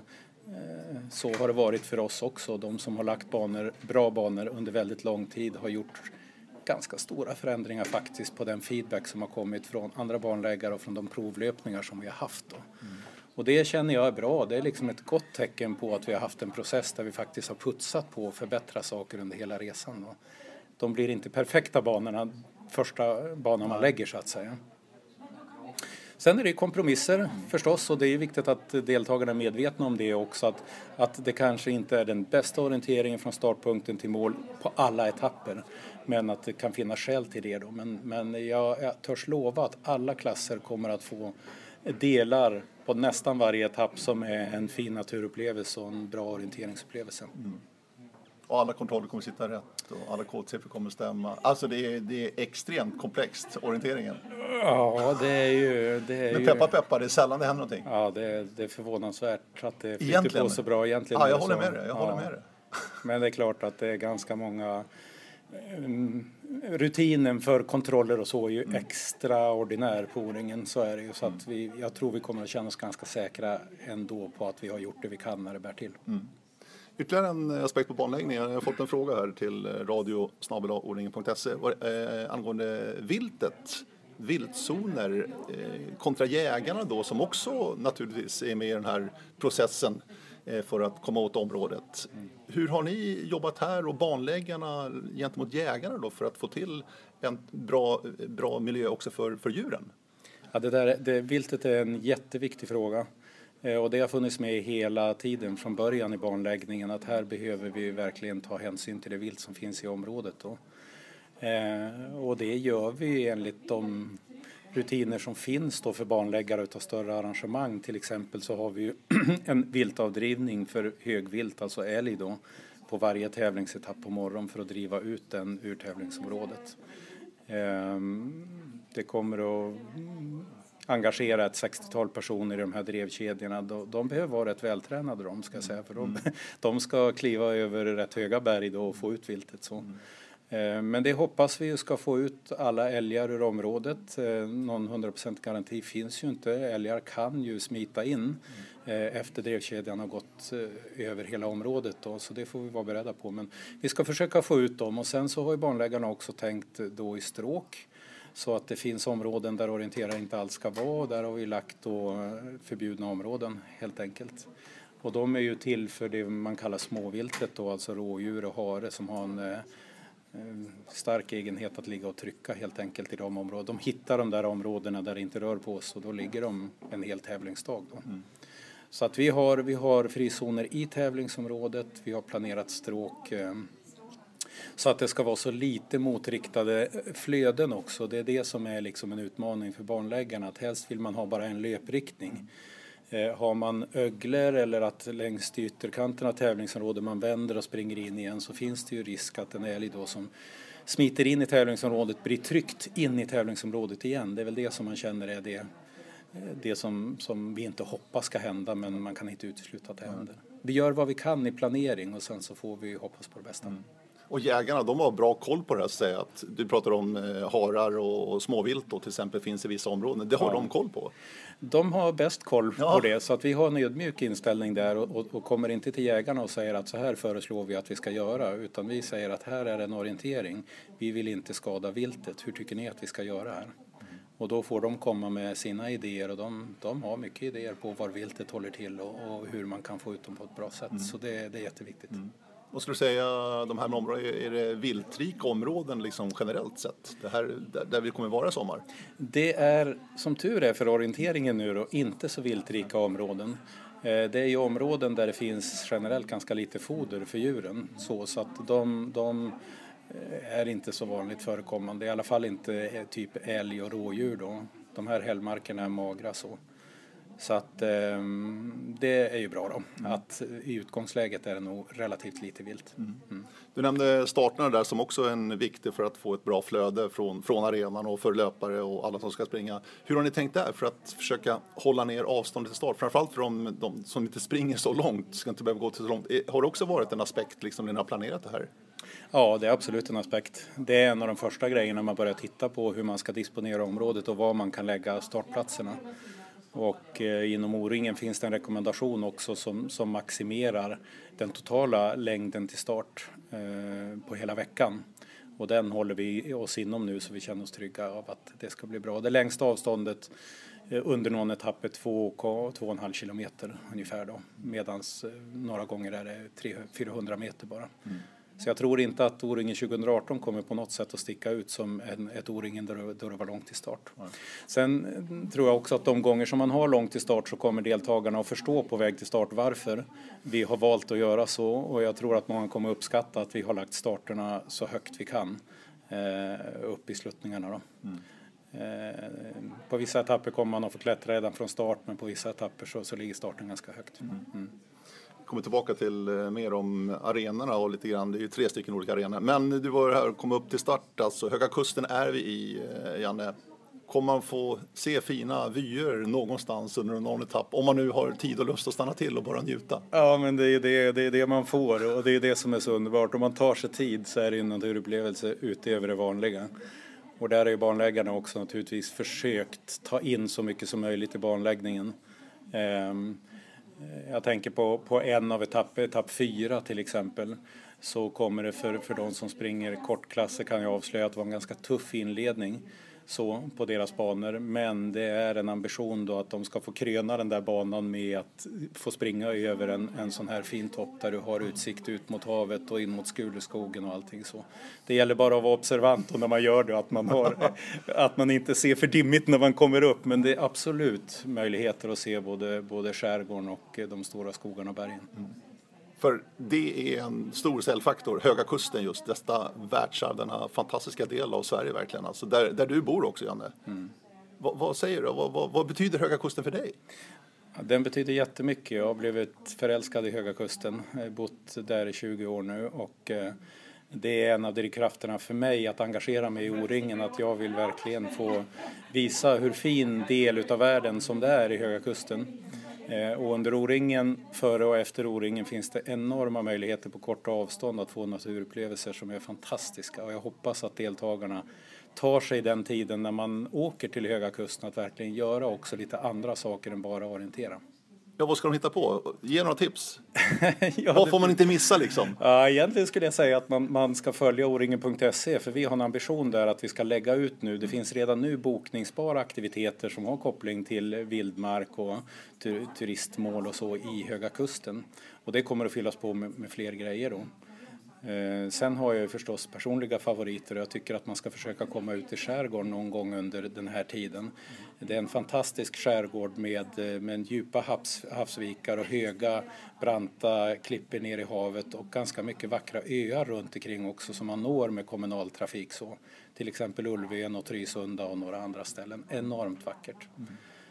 Speaker 1: så har det varit för oss också. De som har lagt banor, bra banor under väldigt lång tid har gjort ganska stora förändringar faktiskt på den feedback som har kommit från andra banläggare och från de provlöpningar som vi har haft då. Mm. Och det känner jag är bra. Det är liksom ett gott tecken på att vi har haft en process där vi faktiskt har putsat på och förbättrat saker under hela resan då. De blir inte perfekta banorna första banan man lägger så att säga. Sen är det kompromisser förstås, och det är viktigt att deltagarna är medvetna om det också. Att, att det kanske inte är den bästa orienteringen från startpunkten till mål på alla etapper. Men att det kan finnas skäl till det då. Men, men jag, jag törs lova att alla klasser kommer att få delar på nästan varje etapp som är en fin naturupplevelse och en bra orienteringsupplevelse. Mm.
Speaker 2: Och alla kontroller kommer sitta rätt och alla kodsiffror kommer stämma. Alltså det är, det är extremt komplext, orienteringen.
Speaker 1: Ja, det är ju... Det är
Speaker 2: Men peppa peppa, det är sällan det händer någonting.
Speaker 1: Ja, det är, det är förvånansvärt att det flyter på så bra egentligen.
Speaker 2: Ja, jag håller med
Speaker 1: så,
Speaker 2: dig, jag
Speaker 1: ja.
Speaker 2: håller med dig.
Speaker 1: Men det är klart att det är ganska många... Um, rutinen för kontroller och så är ju mm. extraordinär på O-ringen, så är det ju. Så att vi, jag tror vi kommer att känna oss ganska säkra ändå på att vi har gjort det vi kan när det bär till.
Speaker 2: Mm. Ytterligare en aspekt på banläggningen. Jag har fått en fråga här till radio snabel-a o ringen punkt se eh, angående viltet. Viltzoner eh, kontra jägarna då, som också naturligtvis är med i den här processen eh, för att komma åt området. Mm. Hur har ni jobbat här och banläggarna gentemot jägarna då för att få till en bra, bra miljö också för, för djuren?
Speaker 1: Ja, det där, det, viltet är en jätteviktig fråga. Och det har funnits med hela tiden från början i banläggningen, att här behöver vi verkligen ta hänsyn till det vilt som finns i området då. Eh, och det gör vi enligt de rutiner som finns då för banläggare utav större arrangemang. Till exempel så har vi ju en viltavdrivning för högvilt, alltså älg då, på varje tävlingsetapp på morgon för att driva ut den ur tävlingsområdet. Eh, det kommer att engagera ett sextiotal personer i de här drevkedjorna. De, de behöver vara rätt vältränade, de ska jag säga, för de, de ska kliva över rätt höga berg då och få ut viltet så. Mm. Men det hoppas vi ska få ut alla älgar ur området. Någon hundra procent garanti finns ju inte. Älgar kan ju smita in mm. efter drevkedjan har gått över hela området då, så det får vi vara beredda på. Men vi ska försöka få ut dem, och sen så har ju banläggarna också tänkt då i stråk. Så att det finns områden där orientera inte alls ska vara, och där har vi lagt då förbjudna områden helt enkelt. Och de är ju till för det man kallar småviltet då, alltså rådjur och hare som har en eh, stark egenhet att ligga och trycka helt enkelt i de områdena. De hittar de där områdena där det inte rör på oss, och då ligger de en hel tävlingsdag då. Mm. Så att vi har, vi har frizoner i tävlingsområdet, vi har planerat stråk eh, så att det ska vara så lite motriktade flöden också. Det är det som är liksom en utmaning för banläggarna, att helst vill man ha bara en löpriktning. Eh, har man öglor eller att längs ytterkanterna av tävlingsområdet man vänder och springer in igen, så finns det ju risk att en älg då som smiter in i tävlingsområdet blir tryckt in i tävlingsområdet igen. Det är väl det som man känner är det, det som, som vi inte hoppas ska hända, men man kan inte utesluta att det händer. Vi gör vad vi kan i planering och sen så får vi hoppas på det bästa. Mm.
Speaker 2: Och jägarna, de har bra koll på det här, säga att du pratar om eh, harar och, och småvilt då, till exempel finns i vissa områden. Det har ja. de koll på.
Speaker 1: De har bäst koll ja. på det, så att vi har en ödmjuk inställning där och, och, och kommer inte till jägarna och säger att så här föreslår vi att vi ska göra, utan vi säger att här är en orientering. Vi vill inte skada viltet. Hur tycker ni att vi ska göra här? Och då får de komma med sina idéer, och de, de har mycket idéer på var viltet håller till och, och hur man kan få ut dem på ett bra sätt. Mm. Så det, det är jätteviktigt. Mm.
Speaker 2: Vad skulle du säga, de här områdena, är det viltrika områden liksom generellt sett? Det här där, där vi kommer vara i sommar?
Speaker 1: Det är, som tur är för orienteringen nu då, inte så viltrika områden. Det är ju områden där det finns generellt ganska lite foder för djuren. Så, så att de, de är inte så vanligt förekommande. I alla fall inte typ älg och rådjur då. De här hällmarkerna är magra så. Så att eh, det är ju bra då, mm. att i utgångsläget är det nog relativt lite vilt. Mm. Mm.
Speaker 2: Du nämnde starterna där som också är en viktig för att få ett bra flöde från, från arenan och för löpare och alla som ska springa. Hur har ni tänkt där för att försöka hålla ner avståndet till start? Framförallt för de, de som inte springer så långt, ska inte behöva gå till så långt. Har det också varit en aspekt liksom när ni har planerat det här?
Speaker 1: Ja, det är absolut en aspekt. Det är en av de första grejerna man börjar titta på, hur man ska disponera området och var man kan lägga startplatserna. Och eh, inom O-ringen finns det en rekommendation också som, som maximerar den totala längden till start eh, på hela veckan. Och den håller vi oss inom nu, så vi känner oss trygga av att det ska bli bra. Det längsta avståndet eh, under någon etapp är två och en halv kilometer ungefär då. Medans eh, några gånger är det tre till fyrahundra meter bara. Mm. Så jag tror inte att O-ringen tjugo arton kommer på något sätt att sticka ut som en, ett O-ringen där, där det var långt till start. Mm. Sen tror jag också att de gånger som man har långt till start så kommer deltagarna att förstå på väg till start varför vi har valt att göra så. Och jag tror att många kommer uppskatta att vi har lagt starterna så högt vi kan eh, upp i sluttningarna då. Mm. Eh, på vissa etapper kommer man att få klättra redan från start, men på vissa etapper så, så ligger starten ganska högt. Mm. Mm.
Speaker 2: Kommer tillbaka till eh, mer om arenorna och lite grann, det är ju tre stycken olika arenor. Men du var här och kom upp till start, alltså Höga Kusten är vi i, eh, Janne. Kommer man få se fina vyer någonstans under någon etapp, om man nu har tid och lust att stanna till och bara njuta?
Speaker 1: Ja, men det är det, det, är det man får, och det är det som är så underbart. Om man tar sig tid så är det en naturupplevelse utöver det vanliga. Och där är ju banläggarna också naturligtvis försökt ta in så mycket som möjligt i banläggningen. Ehm, Jag tänker på, på en av etapp, etapp fyra till exempel, så kommer det för, för de som springer kortklasser, kan jag avslöja att det var en ganska tuff inledning så, på deras banor. Men det är en ambition då att de ska få kröna den där banan med att få springa över en, en sån här fin topp där du har utsikt ut mot havet och in mot Skuleskogen och allting så. Det gäller bara att vara observant när man gör det, att man, har, att man inte ser för dimmigt när man kommer upp. Men det är absolut möjligheter att se både, både skärgården och de stora skogarna och bergen. Mm.
Speaker 2: För det är en stor säljfaktor, Höga Kusten, just detta världsarv, denna fantastiska del av Sverige verkligen. Alltså där, där du bor också, Janne. Mm. Va, vad säger du? Va, va, vad betyder Höga Kusten för dig?
Speaker 1: Ja, den betyder jättemycket. Jag har blivit förälskad i Höga Kusten. Jag har bott där i tjugo år nu, och eh, det är en av drivkrafterna för mig att engagera mig i O-ringen, att jag vill verkligen få visa hur fin del av världen som det är i Höga Kusten. Och under O-ringen, före och efter O-ringen, finns det enorma möjligheter på korta avstånd att få naturupplevelser som är fantastiska. Och jag hoppas att deltagarna tar sig den tiden när man åker till Höga Kusten att verkligen göra också lite andra saker än bara orientera.
Speaker 2: Ja, vad ska de hitta på? Ge några tips.
Speaker 1: ja,
Speaker 2: vad får man inte missa liksom?
Speaker 1: Ja, egentligen skulle jag säga att man, man ska följa o ringen punkt se, för vi har en ambition där att vi ska lägga ut nu. Det finns redan nu bokningsbara aktiviteter som har koppling till vildmark och tur, turistmål och så i Höga Kusten. Och det kommer att fyllas på med, med fler grejer då. Eh, sen har jag ju förstås personliga favoriter och jag tycker att man ska försöka komma ut i skärgården någon gång under den här tiden. Det är en fantastisk skärgård med, med en djupa havs, havsvikar och höga branta klipper ner i havet och ganska mycket vackra öar runt omkring också som man når med kommunaltrafik så. Till exempel Ulvön och Trysunda och några andra ställen. Enormt vackert. Mm.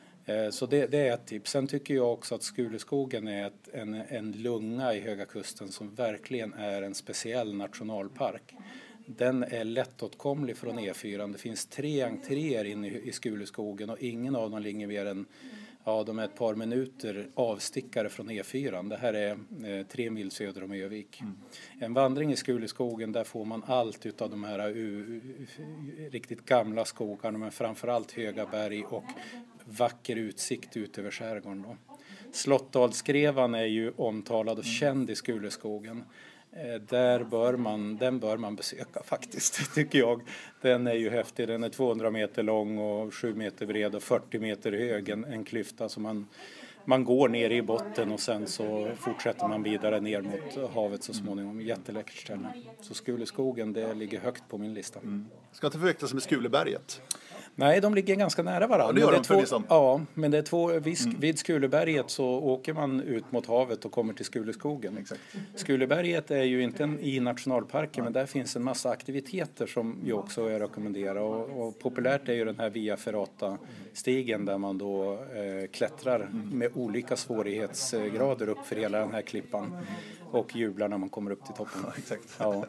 Speaker 1: Så det, det är ett tips. Sen tycker jag också att Skuleskogen är ett, en, en lunga i Höga Kusten som verkligen är en speciell nationalpark. Den är lättåtkomlig från E fyra. Det finns tre entréer inne i, i Skuleskogen och ingen av dem ligger mer än ja, de är ett par minuter avstickare från E fyra. Det här är eh, tre mil söder om Övik. Mm. En vandring i Skuleskogen, där får man allt utav de här uh, uh, riktigt gamla skogarna men framförallt höga berg och vacker utsikt ut över skärgården då. Slottdalsskrevan är ju omtalad och känd i Skuleskogen. Eh, där bör man, den bör man besöka faktiskt, tycker jag. Den är ju häftig, den är tvåhundra meter lång och sju meter bred och fyrtio meter hög. En, en klyfta som man, man går ner i botten och sen så fortsätter man vidare ner mot havet så småningom. Jätteläckert ställe. Så Skuleskogen, det ligger högt på min lista. Mm.
Speaker 2: Ska inte förväxlas med Skuleberget?
Speaker 1: Nej, de ligger ganska nära varandra.
Speaker 2: Ja, det gör
Speaker 1: men
Speaker 2: de
Speaker 1: det är två,
Speaker 2: liksom.
Speaker 1: Ja, men det är två, vid, mm. vid Skuleberget så åker man ut mot havet och kommer till Skuleskogen. Exakt. Skuleberget är ju inte en, i nationalparken, ja. Men där finns en massa aktiviteter som jag också är rekommenderar. Och, och populärt är ju den här Via Ferrata-stigen där man då eh, klättrar mm. med olika svårighetsgrader upp för hela den här klippan. Och jublar när man kommer upp till toppen.
Speaker 2: Ja, exakt.
Speaker 1: Ja.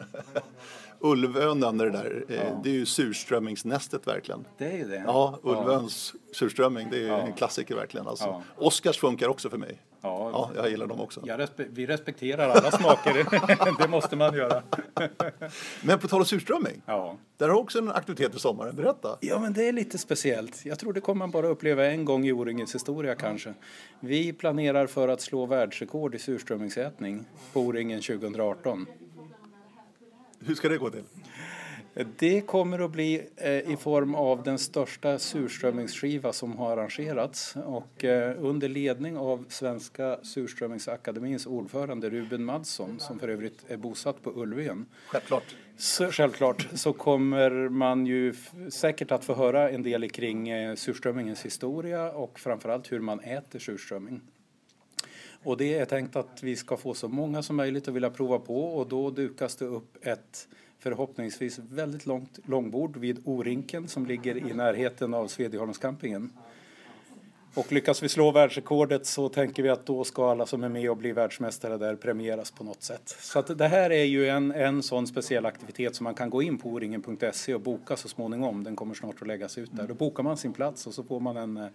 Speaker 2: Ulvön nämner det där. Ja. Det är ju surströmmingsnästet verkligen.
Speaker 1: Det är ju det.
Speaker 2: Ja, Ulvöns ja. surströmming, det är ja. en klassiker verkligen. Alltså. Ja. Oscars funkar också för mig. Ja, ja jag gillar dem också.
Speaker 1: Jag respe- vi respekterar alla smaker, det måste man göra.
Speaker 2: Men på tal om surströmming,
Speaker 1: ja. där
Speaker 2: har också en aktivitet i sommaren, berätta.
Speaker 1: Ja, men det är lite speciellt. Jag tror det kommer man bara uppleva en gång i O-ringens historia kanske. Vi planerar för att slå världsrekord i surströmmingsätning på O-ringen tjugo arton.
Speaker 2: Hur ska det gå till?
Speaker 1: Det kommer att bli eh, i form av den största surströmmingsskiva som har arrangerats och eh, under ledning av Svenska surströmmingsakademins ordförande Ruben Madsson som för övrigt är bosatt på Ulvön.
Speaker 2: Självklart.
Speaker 1: Så, självklart så kommer man ju f- säkert att få höra en del kring eh, surströmmingens historia och framförallt hur man äter surströmming. Och det är tänkt att vi ska få så många som möjligt att vilja prova på och då dukas det upp ett förhoppningsvis väldigt långt långbord vid O-rinken som ligger i närheten av Svedjeholmscampingen. Och lyckas vi slå världsrekordet så tänker vi att då ska alla som är med och blir världsmästare där premieras på något sätt. Så att det här är ju en, en sån speciell aktivitet som man kan gå in på o ringen punkt se och boka så småningom. Den kommer snart att läggas ut där. Då bokar man sin plats och så får man en,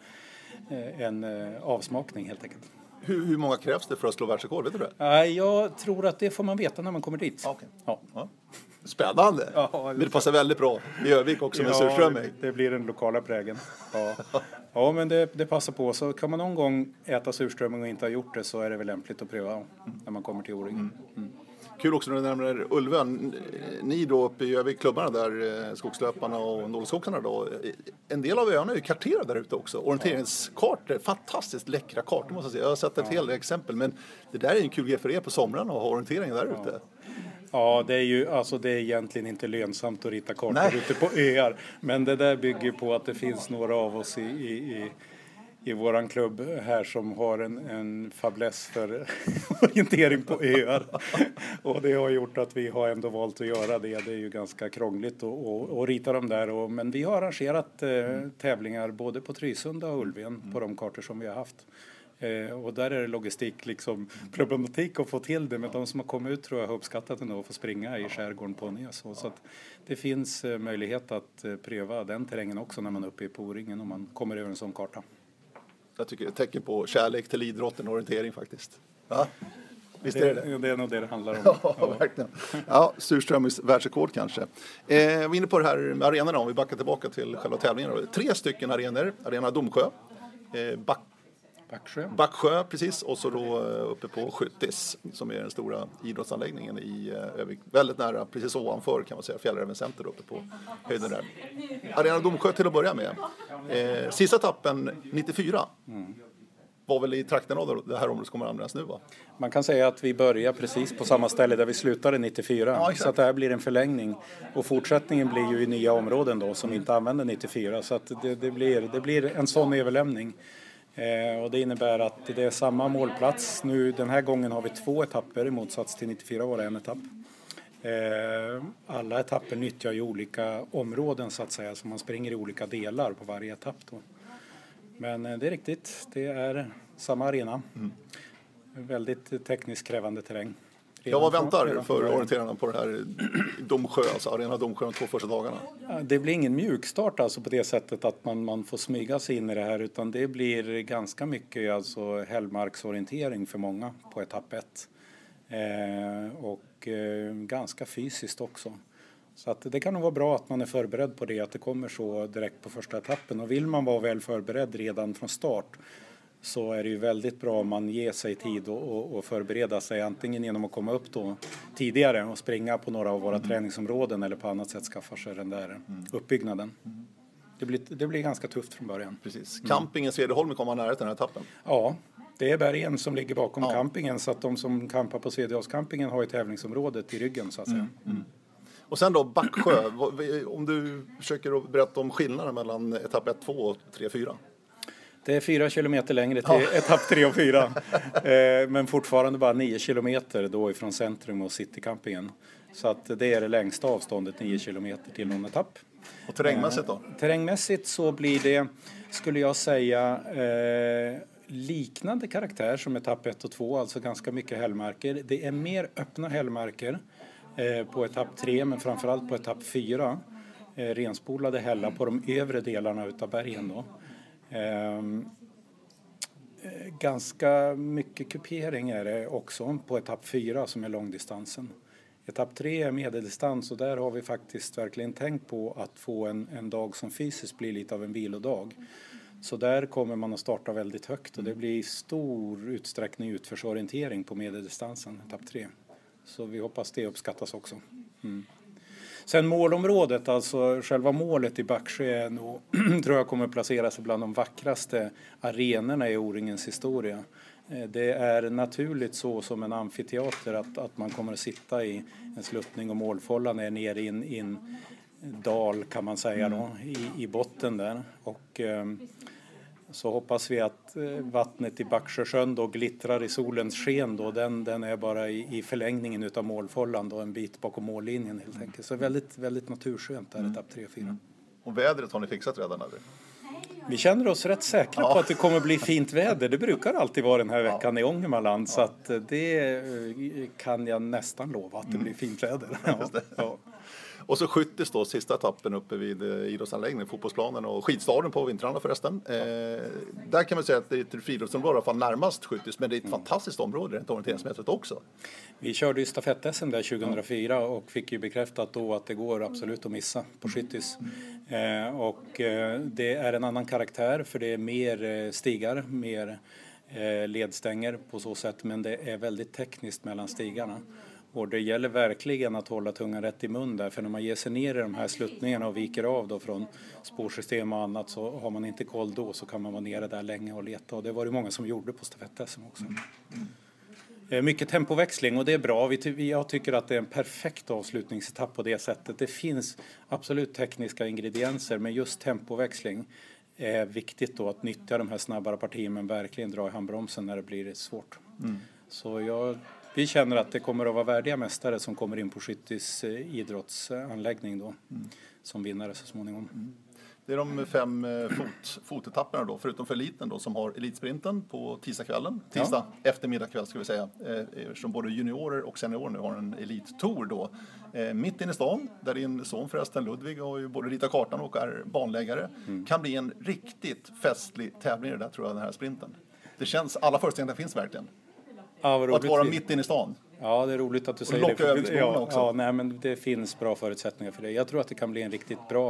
Speaker 1: en avsmakning helt enkelt.
Speaker 2: Hur, hur många krävs det för att slå världsrekord, vet du det?
Speaker 1: Nej, jag tror att det får man veta när man kommer dit.
Speaker 2: Okay.
Speaker 1: Ja.
Speaker 2: Ja. Spännande. Ja, men det passar väldigt bra i Övik också med ja, surströmming.
Speaker 1: Det blir den lokala prägen. Ja, ja men det, det passar på. Så kan man någon gång äta surströmming och inte ha gjort det så är det väl lämpligt att pröva mm. när man kommer till O-ringen. Mm. Mm.
Speaker 2: Kul också när du nämner Ulvön. Ni då uppe i Övik, klubbarna där, skogslöparna och nålskokarna då. En del av öarna är ju karterade där ute också. Orienteringskartor, fantastiskt läckra kartor måste jag säga. Jag har sett ett ja. helt exempel, men det där är en kul grej för er på somrarna och ha orienteringen där
Speaker 1: ja.
Speaker 2: ute.
Speaker 1: Ja, det är ju alltså det är egentligen inte lönsamt att rita kartor Nej. ute på öar. Men det där bygger på att det finns några av oss i, i, i, i våran klubb här som har en, en fäbless för orientering på öar. Och det har gjort att vi har ändå valt att göra det. Det är ju ganska krångligt att rita dem där. Och, men vi har arrangerat eh, tävlingar både på Trysunda och Ulvön mm. på de kartor som vi har haft. Eh, och där är det logistik liksom problematik att få till det, men de som har kommit ut tror jag har uppskattat det att få springa i skärgården på Nes. Så att det finns eh, möjlighet att eh, pröva den terrängen också när man är uppe på O-ringen om man kommer över en sån karta.
Speaker 2: Jag tycker det är ett tecken på kärlek till idrotten och orientering faktiskt. Ja. Visst är det det?
Speaker 1: Det är nog det det handlar om.
Speaker 2: Ja, ja. verkligen. Ja, surströmmings världsrekord kanske. Eh, vi är inne på det här med arenorna, om vi backar tillbaka till själva tävlingen. Tre stycken arenor. Arena Domsjö, eh, back
Speaker 1: Backsjö.
Speaker 2: Backsjö, precis. Och så då uppe på Skyttis som är den stora idrottsanläggningen i Övik. Väldigt nära, precis ovanför kan man säga, Fjällräven Center uppe på höjden där. Arena Domsjö till att börja med. Eh, sista etappen nittiofyra. Mm. Var väl i trakten av det här området kommer användas nu, va?
Speaker 1: Man kan säga att vi börjar precis på samma ställe där vi slutade nittiofyra. Ja, så att det här blir en förlängning. Och fortsättningen blir ju i nya områden då som inte använder nittiofyra. Så att det, det, blir, det blir en sån överlämning. Eh, och det innebär att det är samma målplats. Nu den här gången har vi två etapper i motsats till nittiofyra var det en etapp. Eh, alla etapper nyttjar ju olika områden så att säga. Så man springer i olika delar på varje etapp då. Men det är riktigt, det är samma arena. Mm. Väldigt tekniskt krävande terräng.
Speaker 2: Ja, vad väntar för orienterarna på det här Domsjö, alltså Arena Domsjö de två första dagarna?
Speaker 1: Det blir ingen mjukstart alltså på det sättet att man, man får smyga sig in i det här, utan det blir ganska mycket alltså hällmarksorientering för många på etapp ett. Eh, och eh, ganska fysiskt också. Så att det kan nog vara bra att man är förberedd på det, att det kommer så direkt på första etappen. Och vill man vara väl förberedd redan från start så är det ju väldigt bra om man ger sig tid och, och, och förbereda sig antingen genom att komma upp då tidigare och springa på några av våra mm. träningsområden eller på annat sätt skaffa sig den där mm. uppbyggnaden. Mm. Det, blir, det blir ganska tufft från början.
Speaker 2: Precis. Campingen Svedjeholm kommer nära den här etappen.
Speaker 1: Ja, det är bergen som ligger bakom ja. campingen, så att de som campar på Svedjeholmscampingen har ju tävlingsområdet i ryggen så att säga. Mm. Mm.
Speaker 2: Och sen då Backsjö, om du försöker berätta om skillnaden mellan etapp ett, två och tre, fyra.
Speaker 1: Det är fyra kilometer längre till ja. etapp tre och fyra. eh, men fortfarande bara nio kilometer då ifrån centrum och citycampingen. Så att det är det längsta avståndet, nio kilometer till någon etapp.
Speaker 2: Och terrängmässigt då?
Speaker 1: Eh, terrängmässigt så blir det, skulle jag säga, eh, liknande karaktär som etapp ett och två. Alltså ganska mycket hällmarker. Det är mer öppna hällmarker på etapp tre, men framförallt på etapp fyra. Eh, renspolade hällar på de övre delarna utav bergen då. Eh, ganska mycket kupering är det också på etapp fyra som är långdistansen. Etapp tre är medeldistans och där har vi faktiskt verkligen tänkt på att få en, en dag som fysiskt blir lite av en vilodag. Så där kommer man att starta väldigt högt och det blir i stor utsträckning utförsorientering på medeldistansen, etapp tre. Så vi hoppas det uppskattas också. Mm. Sen målområdet, alltså själva målet i Backsjö är nog, tror jag kommer att placera sig bland de vackraste arenorna i O-ringens historia. Det är naturligt så som en amfiteater att, att man kommer att sitta i en sluttning och målfållan är nere i en, i en dal kan man säga då, i, i botten där. Och eh, så hoppas vi att vattnet i Backsjösjön då glittrar i solens sken då. Den, den är bara i, i förlängningen utav målfållan då, en bit bakom mållinjen helt enkelt. Så väldigt, väldigt naturskönt där, mm. etapp tre och fyra.
Speaker 2: Och vädret har ni fixat redan eller?
Speaker 1: Vi känner oss rätt säkra ja. på att det kommer bli fint väder. Det brukar alltid vara den här veckan ja. i Ångermanland. Ja. Så att det kan jag nästan lova att det blir fint väder. Ja. Ja.
Speaker 2: Och så Skyttis då, sista etappen uppe vid idrottsanläggningen, fotbollsplanen och skidstaden på vintrarna förresten. Eh, där kan man säga att det är ett friluftsområde i alla fall närmast Skyttis, men det är ett mm. fantastiskt område rent orienteringsmässigt också. Vi
Speaker 1: körde ju stafett-S M där tjugohundrafyra ja. och fick ju bekräftat då att det går absolut att missa på Skyttis. Mm. Eh, och eh, det är en annan karaktär för det är mer eh, stigar, mer eh, ledstänger på så sätt, men det är väldigt tekniskt mellan stigarna. Och det gäller verkligen att hålla tungan rätt i mun där, för när man ger sig ner i de här sluttningarna och viker av då från spårsystem och annat, så har man inte koll då så kan man vara nere där länge och leta. Och det var det många som gjorde på stafett-S M också. Mm. Mycket tempoväxling och det är bra. Vi, jag tycker att det är en perfekt avslutningsetapp på det sättet. Det finns absolut tekniska ingredienser, men just tempoväxling är viktigt då att nyttja de här snabbare partierna men verkligen dra i handbromsen när det blir svårt. Mm. Så jag... Vi känner att det kommer att vara värdiga mästare som kommer in på Skyttis idrottsanläggning då, mm. som vinnare så småningom. Mm.
Speaker 2: Det är de fem fot, fotetapperna då, förutom för eliten då, som har elitsprinten på tisdagskvällen. Tisdag ja. eftermiddagkväll ska vi säga. Eh, som både juniorer och seniorer nu har en elittour då. Eh, mitt inne i stan, där din son förresten Ludvig har ju både ritat kartan och är banläggare. Mm. Kan bli en riktigt festlig tävling där tror jag, den här sprinten. Det känns, alla förutsättningar finns verkligen.
Speaker 1: Ja,
Speaker 2: att vara mitt inne i stan.
Speaker 1: Ja, det är roligt att du säger det.
Speaker 2: För, ja,
Speaker 1: också. Ja, nej, men det finns bra förutsättningar för det. Jag tror att det kan bli en riktigt bra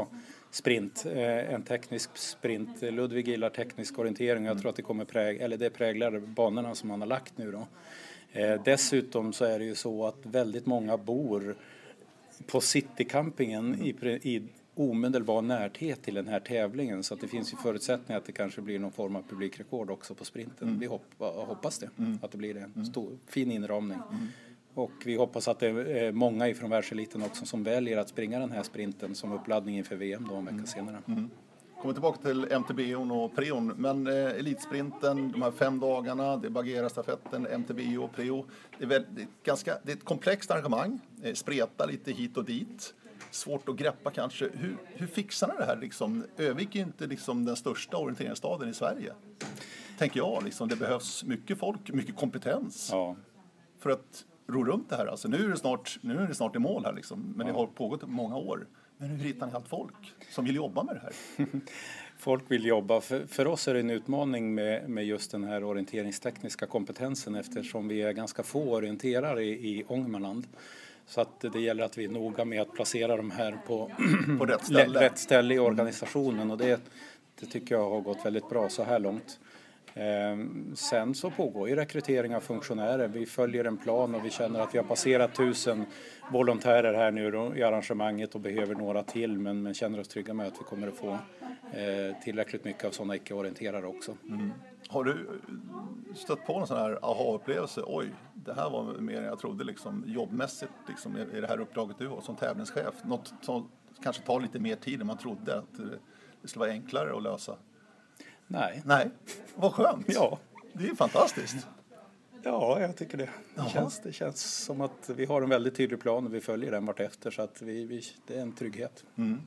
Speaker 1: sprint, en teknisk sprint. Ludvig gillar teknisk orientering. Jag tror att det kommer präg, eller det präglar banorna som man har lagt nu då. Dessutom så är det ju så att väldigt många bor på citycampingen i, i omedelbar närhet till den här tävlingen, så att det finns ju förutsättningar att det kanske blir någon form av publikrekord också på sprinten. Mm. Vi hoppa, hoppas det, mm. att det blir en stor, fin inramning. Mm. Och vi hoppas att det är många ifrån världseliten också som väljer att springa den här sprinten som uppladdning inför V M då en vecka mm. senare. Mm.
Speaker 2: Kommer tillbaka till M T B O och Preon, men eh, elitsprinten, de här fem dagarna, det är Bagheera-stafetten, M T B O och Preo. Det är, väl, det, är ganska, det är ett komplext arrangemang, eh, spreta lite hit och dit. Svårt att greppa kanske. Hur, hur fixar ni det här? Liksom, Övik är ju inte liksom den största orienteringsstaden i Sverige. Tänker jag. Liksom, det behövs mycket folk, mycket kompetens.
Speaker 1: Ja.
Speaker 2: För att ro runt det här. Alltså, nu, är det snart, nu är det snart i mål här. Liksom, men ja. Det har pågått många år. Men hur hittar ni allt folk som vill jobba med det här?
Speaker 1: Folk vill jobba. För, för oss är det en utmaning med, med just den här orienteringstekniska kompetensen, eftersom vi är ganska få orienterare i, i Ångermanland. Så att det gäller att vi är noga med att placera de här på,
Speaker 2: på rätt, ställe.
Speaker 1: rätt ställe i organisationen. Och det, det tycker jag har gått väldigt bra så här långt. Eh, sen så pågår ju rekrytering av funktionärer. Vi följer en plan och vi känner att vi har passerat tusen volontärer här nu då, i arrangemanget och behöver några till. Men, men känner oss trygga med att vi kommer att få eh, tillräckligt mycket av sådana icke-orienterare också.
Speaker 2: Mm. Har du stött på en sån här aha-upplevelse? Oj, det här var mer än jag trodde liksom, jobbmässigt liksom, i det här uppdraget du har som tävlingschef. Något som kanske tar lite mer tid än man trodde, att det skulle vara enklare att lösa.
Speaker 1: Nej.
Speaker 2: Nej, vad skönt.
Speaker 1: Ja.
Speaker 2: Det är ju fantastiskt.
Speaker 1: Ja, jag tycker det. Det känns, det känns som att vi har en väldigt tydlig plan och vi följer den vart efter, så att vi, vi, det är en trygghet.
Speaker 2: Mm.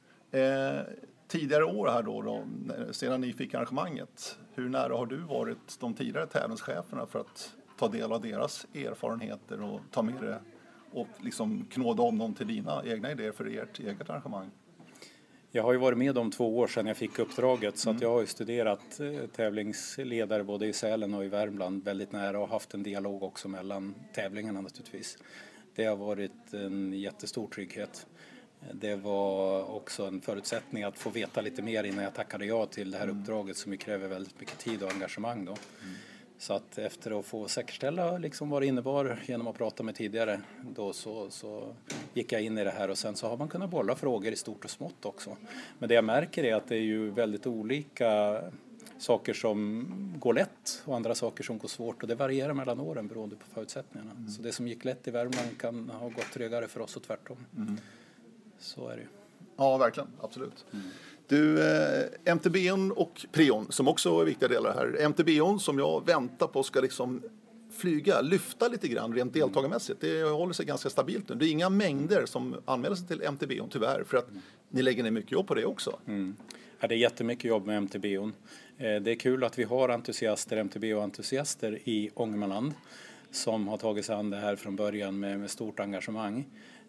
Speaker 2: Eh, tidigare år här då, då, sedan ni fick arrangemanget, hur nära har du varit de tidigare tävlingscheferna för att ta del av deras erfarenheter och ta med det och liksom knåda om dem till dina egna idéer för ert eget arrangemang?
Speaker 1: Jag har ju varit med om två år sedan jag fick uppdraget, så att jag har ju studerat tävlingsledare både i Sälen och i Värmland väldigt nära och haft en dialog också mellan tävlingarna naturligtvis. Det har varit en jättestor trygghet. Det var också en förutsättning att få veta lite mer innan jag tackade ja till det här uppdraget som ju kräver väldigt mycket tid och engagemang då. Mm. Så att efter att få säkerställa liksom vad det innebar genom att prata med tidigare då så, så gick jag in i det här, och sen så har man kunnat bolla frågor i stort och smått också. Men det jag märker är att det är ju väldigt olika saker som går lätt och andra saker som går svårt, och det varierar mellan åren beroende på förutsättningarna. Mm. Så det som gick lätt i Värmland kan ha gått trögare för oss och tvärtom. Mm. Så är det ju.
Speaker 2: Ja, verkligen. Absolut. Mm. Du, eh, M T B O och Preon som också är viktiga delar här. M T B O som jag väntar på ska liksom flyga, lyfta lite grann rent deltagarmässigt. Det håller sig ganska stabilt nu. Det är inga mängder som anmäler sig till M T B O tyvärr, för att mm. ni lägger ner mycket jobb på det också.
Speaker 1: Mm. Ja, det är jättemycket jobb med M T B O. Eh, det är kul att vi har entusiaster, M T B O-entusiaster i Ångermanland som har tagit sig an det här från början med, med stort engagemang.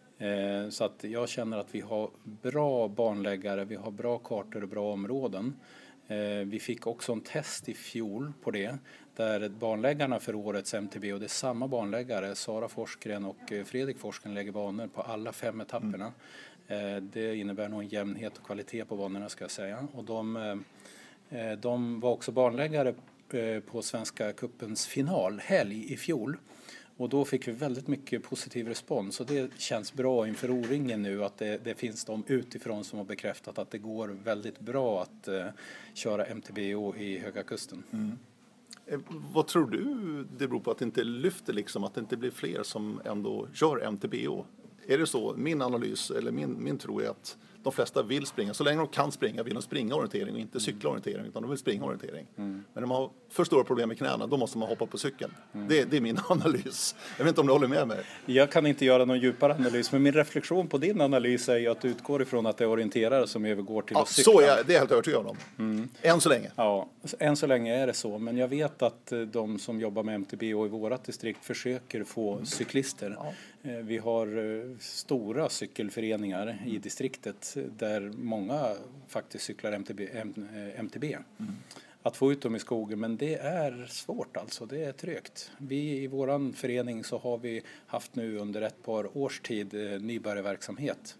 Speaker 1: Så att jag känner att vi har bra banläggare, vi har bra kartor och bra områden. Vi fick också en test i fjol på det, där banläggarna för årets M T B, och det är samma banläggare, Sara Forsgren och Fredrik Forsgren, lägger banor på alla fem etapperna. Mm. Det innebär nog en jämnhet och kvalitet på banorna, ska jag säga. Och de, de var också banläggare på Svenska cupens finalhelg i fjol. Och då fick vi väldigt mycket positiv respons, och det känns bra inför O-ringen nu att det, det finns de utifrån som har bekräftat att det går väldigt bra att uh, köra M T B O i Höga Kusten. Mm.
Speaker 2: Eh, vad tror du det beror på att det inte lyfter, liksom, att det inte blir fler som ändå kör M T B O? Är det så? Min analys eller min, min tro är att de flesta vill springa. Så länge de kan springa vill de springa orientering och inte cykla orientering, utan de vill springa orientering. Mm. Men när man har för stora problem med knäna, då måste man hoppa på cykeln. Mm. Det, det är min analys. Jag vet inte om du håller med mig.
Speaker 1: Jag kan inte göra någon djupare analys, men min reflektion på din analys är ju att du utgår ifrån att det är orienterare som övergår till
Speaker 2: ja,
Speaker 1: att cykla.
Speaker 2: Så är jag, det är jag helt övertygad om. Mm. Än så länge.
Speaker 1: Ja, än så länge är det så. Men jag vet att de som jobbar med M T B O i vårat distrikt försöker få mm. cyklister. Ja. Vi har stora cykelföreningar i distriktet där många faktiskt cyklar M T B. M T B. Mm. Att få ut dem i skogen, men det är svårt alltså, det är trögt. Vi i våran förening så har vi haft nu under ett par års tid nybörjarverksamhet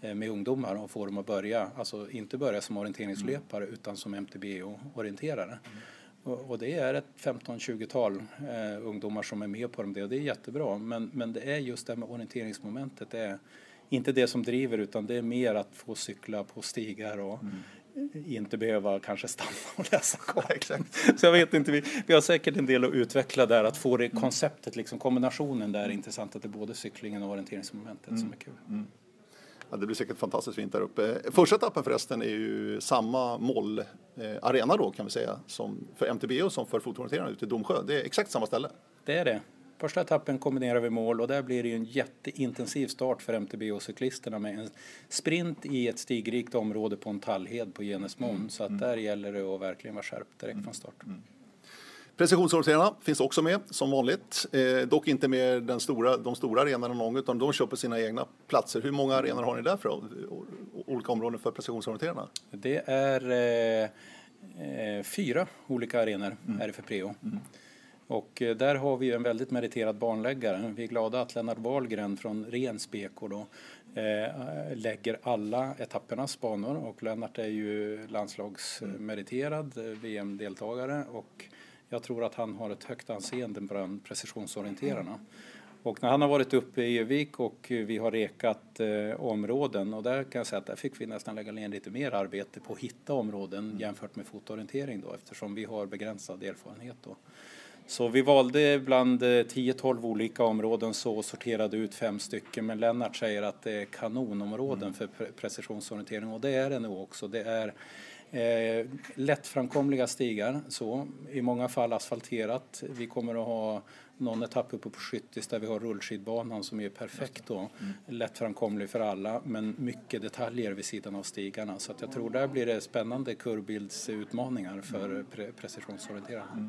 Speaker 1: med ungdomar och få dem att börja, alltså inte börja som orienteringslöpare mm. utan som M T B O-orienterare. Mm. Och, och det är ett femton tjugotal eh, ungdomar som är med på dem det och det är jättebra. Men, men det är just det med orienteringsmomentet, det är inte det som driver utan det är mer att få cykla på stigar och mm. inte behöva kanske stanna och läsa kartan. Så jag vet inte, vi, vi har säkert en del att utveckla där, att få det konceptet, liksom kombinationen där är intressant, att det är både cyklingen och orienteringsmomentet mm. som är kul. Mm.
Speaker 2: Ja, det blir säkert fantastiskt fint där uppe. Första etappen förresten är ju samma målarena eh, då kan vi säga, som för M T B och som för fotorienterarna ute i Domsjö. Det är exakt samma ställe.
Speaker 1: Det är det. Första etappen kombinerar vi mål och där blir det ju en jätteintensiv start för M T B och-cyklisterna med en sprint i ett stigrikt område på en tallhed på Genesmån. Mm. Så att där gäller det att verkligen vara skärpt direkt från start. Mm.
Speaker 2: Precisionsorienterarna finns också med som vanligt. Eh, dock inte med den stora, de stora arenorna någon, utan de köper sina egna platser. Hur många arenor har ni där för olika områden för precisionsorienterarna?
Speaker 1: Det är eh, fyra olika arenor mm. är det för Preo. Mm. Och eh, där har vi en väldigt meriterad banläggare. Vi är glada att Lennart Wahlgren från Rens B K då eh, lägger alla etappernas banor. Och Lennart är ju landslagsmeriterad mm. V M-deltagare och jag tror att han har ett högt anseende bland precisionsorienterarna. Och när han har varit uppe i Övik och vi har rekat eh, områden, och där kan jag säga att där fick vi nästan lägga ner lite mer arbete på att hitta områden mm. jämfört med fotorientering då, eftersom vi har begränsad erfarenhet då. Så vi valde bland tio tolv olika områden så sorterade ut fem stycken, men Lennart säger att det är kanonområden mm. för pre- precisionsorientering och det är det nog också. Det är Eh, lättframkomliga stigar, så i många fall asfalterat. Vi kommer att ha någon etapp uppe på Skyttis där vi har rullskidbanan som är perfekt då. Mm. Lättframkomlig för alla, men mycket detaljer vid sidan av stigarna. Så att jag tror där blir det spännande kurvbildsutmaningar för pre- precisionsorienterarna. Mm.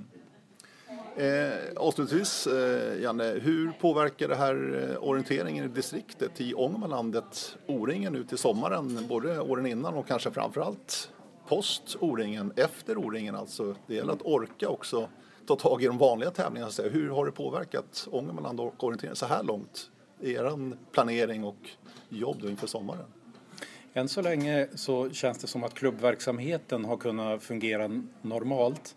Speaker 2: Eh, avslutningsvis, eh, Janne, hur påverkar det här eh, orienteringen i distriktet i Ångermanlandet, O-ringen nu till sommaren, både åren innan och kanske framförallt post O-ringen, efter O-ringen alltså. Det gäller att orka också ta tag i de vanliga tävlingarna. Så hur har det påverkat Ångermanland och orienteringen så här långt? Er planering och jobb då inför sommaren?
Speaker 1: Än så länge så känns det som att klubbverksamheten har kunnat fungera normalt.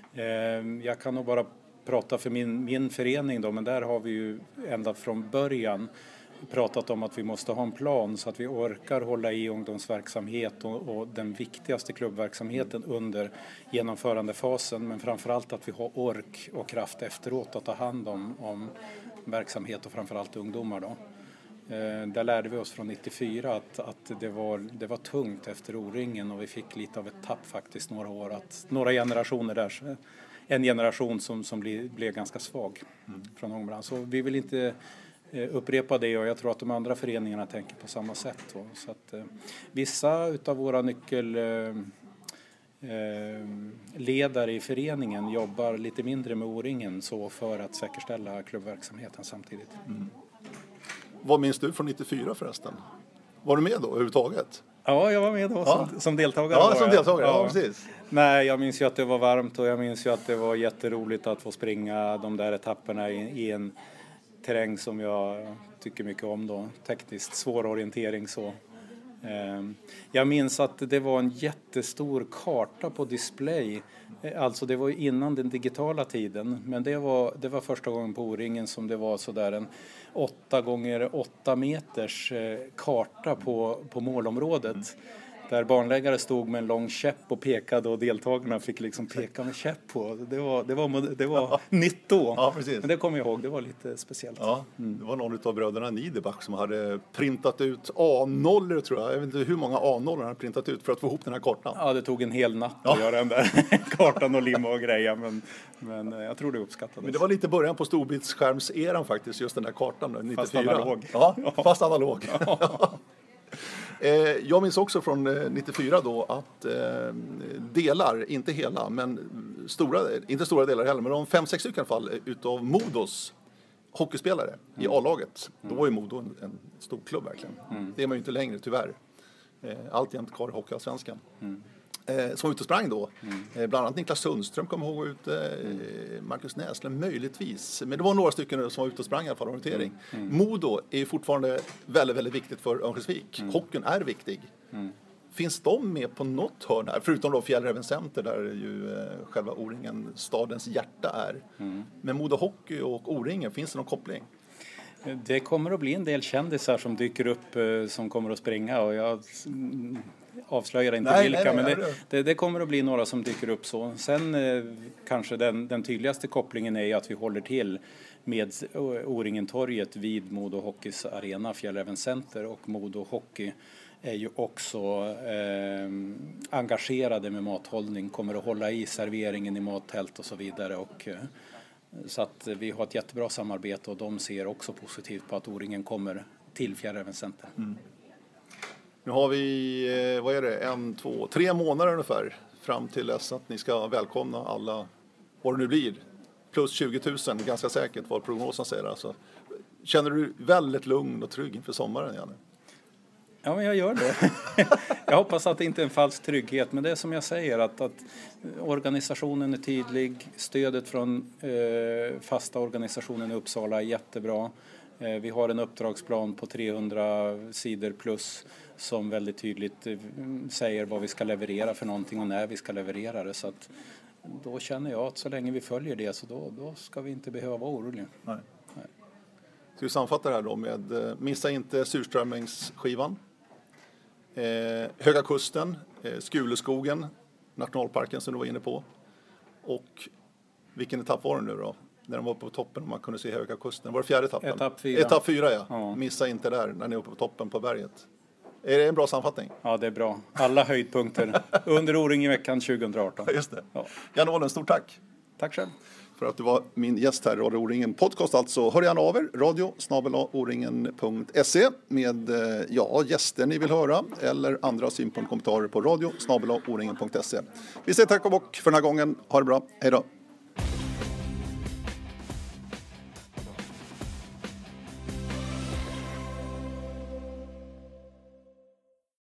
Speaker 1: Jag kan nog bara prata för min, min förening då, men där har vi ju ända från början pratat om att vi måste ha en plan så att vi orkar hålla i ungdomsverksamhet och, och den viktigaste klubbverksamheten under genomförandefasen, men framförallt att vi har ork och kraft efteråt att ta hand om, om verksamhet och framförallt ungdomar då. Eh, där lärde vi oss från nittiofyra att, att det, var, det var tungt efter O-ringen och vi fick lite av ett tapp faktiskt några år, att några generationer där, en generation som, som blev, blev ganska svag mm. från Ångermanland. Så vi vill inte upprepa det och jag tror att de andra föreningarna tänker på samma sätt. Då. Så att, eh, vissa utav våra nyckelledare eh, i föreningen jobbar lite mindre med O-ringen så för att säkerställa klubbverksamheten samtidigt. Mm.
Speaker 2: Vad minns du från nittiofyra förresten? Var du med då överhuvudtaget?
Speaker 1: Ja, jag var med då
Speaker 2: ja.
Speaker 1: som, som deltagare.
Speaker 2: Ja, som deltagare, ja. Ja, precis.
Speaker 1: Nej, jag minns ju att det var varmt och jag minns ju att det var jätteroligt att få springa de där etapperna i, i en terräng som jag tycker mycket om då. Tekniskt svår orientering så. Jag minns att det var en jättestor karta på display. Alltså det var innan den digitala tiden. Men det var, det var första gången på O-ringen som det var sådär en åtta gånger åtta meters karta på, på målområdet. Där barnläggare stod med en lång käpp och pekade och deltagarna fick liksom peka med käpp på. Det var, det var, det var ja. nytt då.
Speaker 2: Ja, precis.
Speaker 1: Men det kommer jag ihåg, det var lite speciellt.
Speaker 2: Ja, mm. Det var någon av bröderna Niederbach som hade printat ut A noll tror jag. Jag vet inte hur många A noll han hade printat ut för att få ihop den här kartan.
Speaker 1: Ja, det tog en hel natt ja. att göra den där kartan och limma och greja. Men, men jag tror det uppskattades.
Speaker 2: Men det var lite början på storbildsskärmseran faktiskt, just den där kartan. Då, nittiofyra.
Speaker 1: Fast analog.
Speaker 2: Ja, fast analog. Ja. Jag minns också från nittiofyra då att delar, inte hela, men stora, inte stora delar heller, men de fem, sex stycken i alla fall utav Modos hockeyspelare mm. i A-laget. Mm. Då var ju Modo en, en stor klubb verkligen. Mm. Det är man ju inte längre tyvärr. Alltjämt kvar i Hockeyallsvenskan. Mm. Eh, som var ute och sprang då. Mm. Eh, bland annat Niklas Sundström kom ihåg ute, mm. eh, Marcus Näslund möjligtvis. Men det var några stycken som var ute och sprang i alla fall orientering. Mm. Mm. Modo är ju fortfarande väldigt, väldigt viktigt för Örnsköldsvik. Mm. Hockeyn är viktig. Mm. Finns de med på något hörn här? Förutom då Fjällräven Center där ju eh, själva O-ringen stadens hjärta är. Mm. Men Modo Hockey och O-ringen, finns det någon koppling?
Speaker 1: Det kommer att bli en del kändisar som dyker upp eh, som kommer att springa och jag mm, avslöjar inte nej, vilka nej, nej, men det, det, det kommer att bli några som dyker upp så. Sen eh, kanske den, den tydligaste kopplingen är att vi håller till med O-ringen-torget vid Modo Hockeys arena Fjällräven Center och Modo Hockey är ju också eh, engagerade med mathållning, kommer att hålla i serveringen i mattält och så vidare och eh, så att vi har ett jättebra samarbete och de ser också positivt på att O-ringen kommer till Fjällräven Center. Mm.
Speaker 2: Nu har vi, vad är det, en, två, tre månader ungefär fram till dess att ni ska välkomna alla, vad det nu blir, plus tjugo tusen, ganska säkert vad prognosen säger. Alltså, känner du väldigt lugn och trygg inför sommaren, Janne?
Speaker 1: Ja, men jag gör det. Jag hoppas att det inte är en falsk trygghet, men det är som jag säger att, att organisationen är tydlig, stödet från eh, fasta organisationen i Uppsala är jättebra. Eh, vi har en uppdragsplan på trehundra sidor plus som väldigt tydligt eh, säger vad vi ska leverera för någonting och när vi ska leverera det. Så att, då känner jag att så länge vi följer det så då, då ska vi inte behöva vara oroliga. Nej. Nej.
Speaker 2: Ska vi sammanfatta det här då med eh, missa inte surströmmingsskivan. Eh, Höga Kusten, eh, Skuleskogen, nationalparken som du var inne på. Och vilken etapp var det nu då? När de var på toppen och man kunde se Höga Kusten. Var det fjärde etappen?
Speaker 1: Etapp fyra.
Speaker 2: Etapp fyra, ja. ja. Missa inte där när ni är uppe på toppen på berget. Är det en bra sammanfattning?
Speaker 1: Ja, det är bra. Alla höjdpunkter under O-ringen-veckan tjugoarton.
Speaker 2: Just det. Ja. Janne Åhlen, stort tack.
Speaker 1: Tack själv.
Speaker 2: För att du var min gäst här i Radio O-ringen podcast. Alltså, hör gärna av er, radio snabel-a o-ringen punkt se med ja, gäster ni vill höra eller andra synpunkter och kommentarer på radio snabel-a o-ringen punkt se. Vi säger tack och bock för den här gången. Ha det bra. Hej då.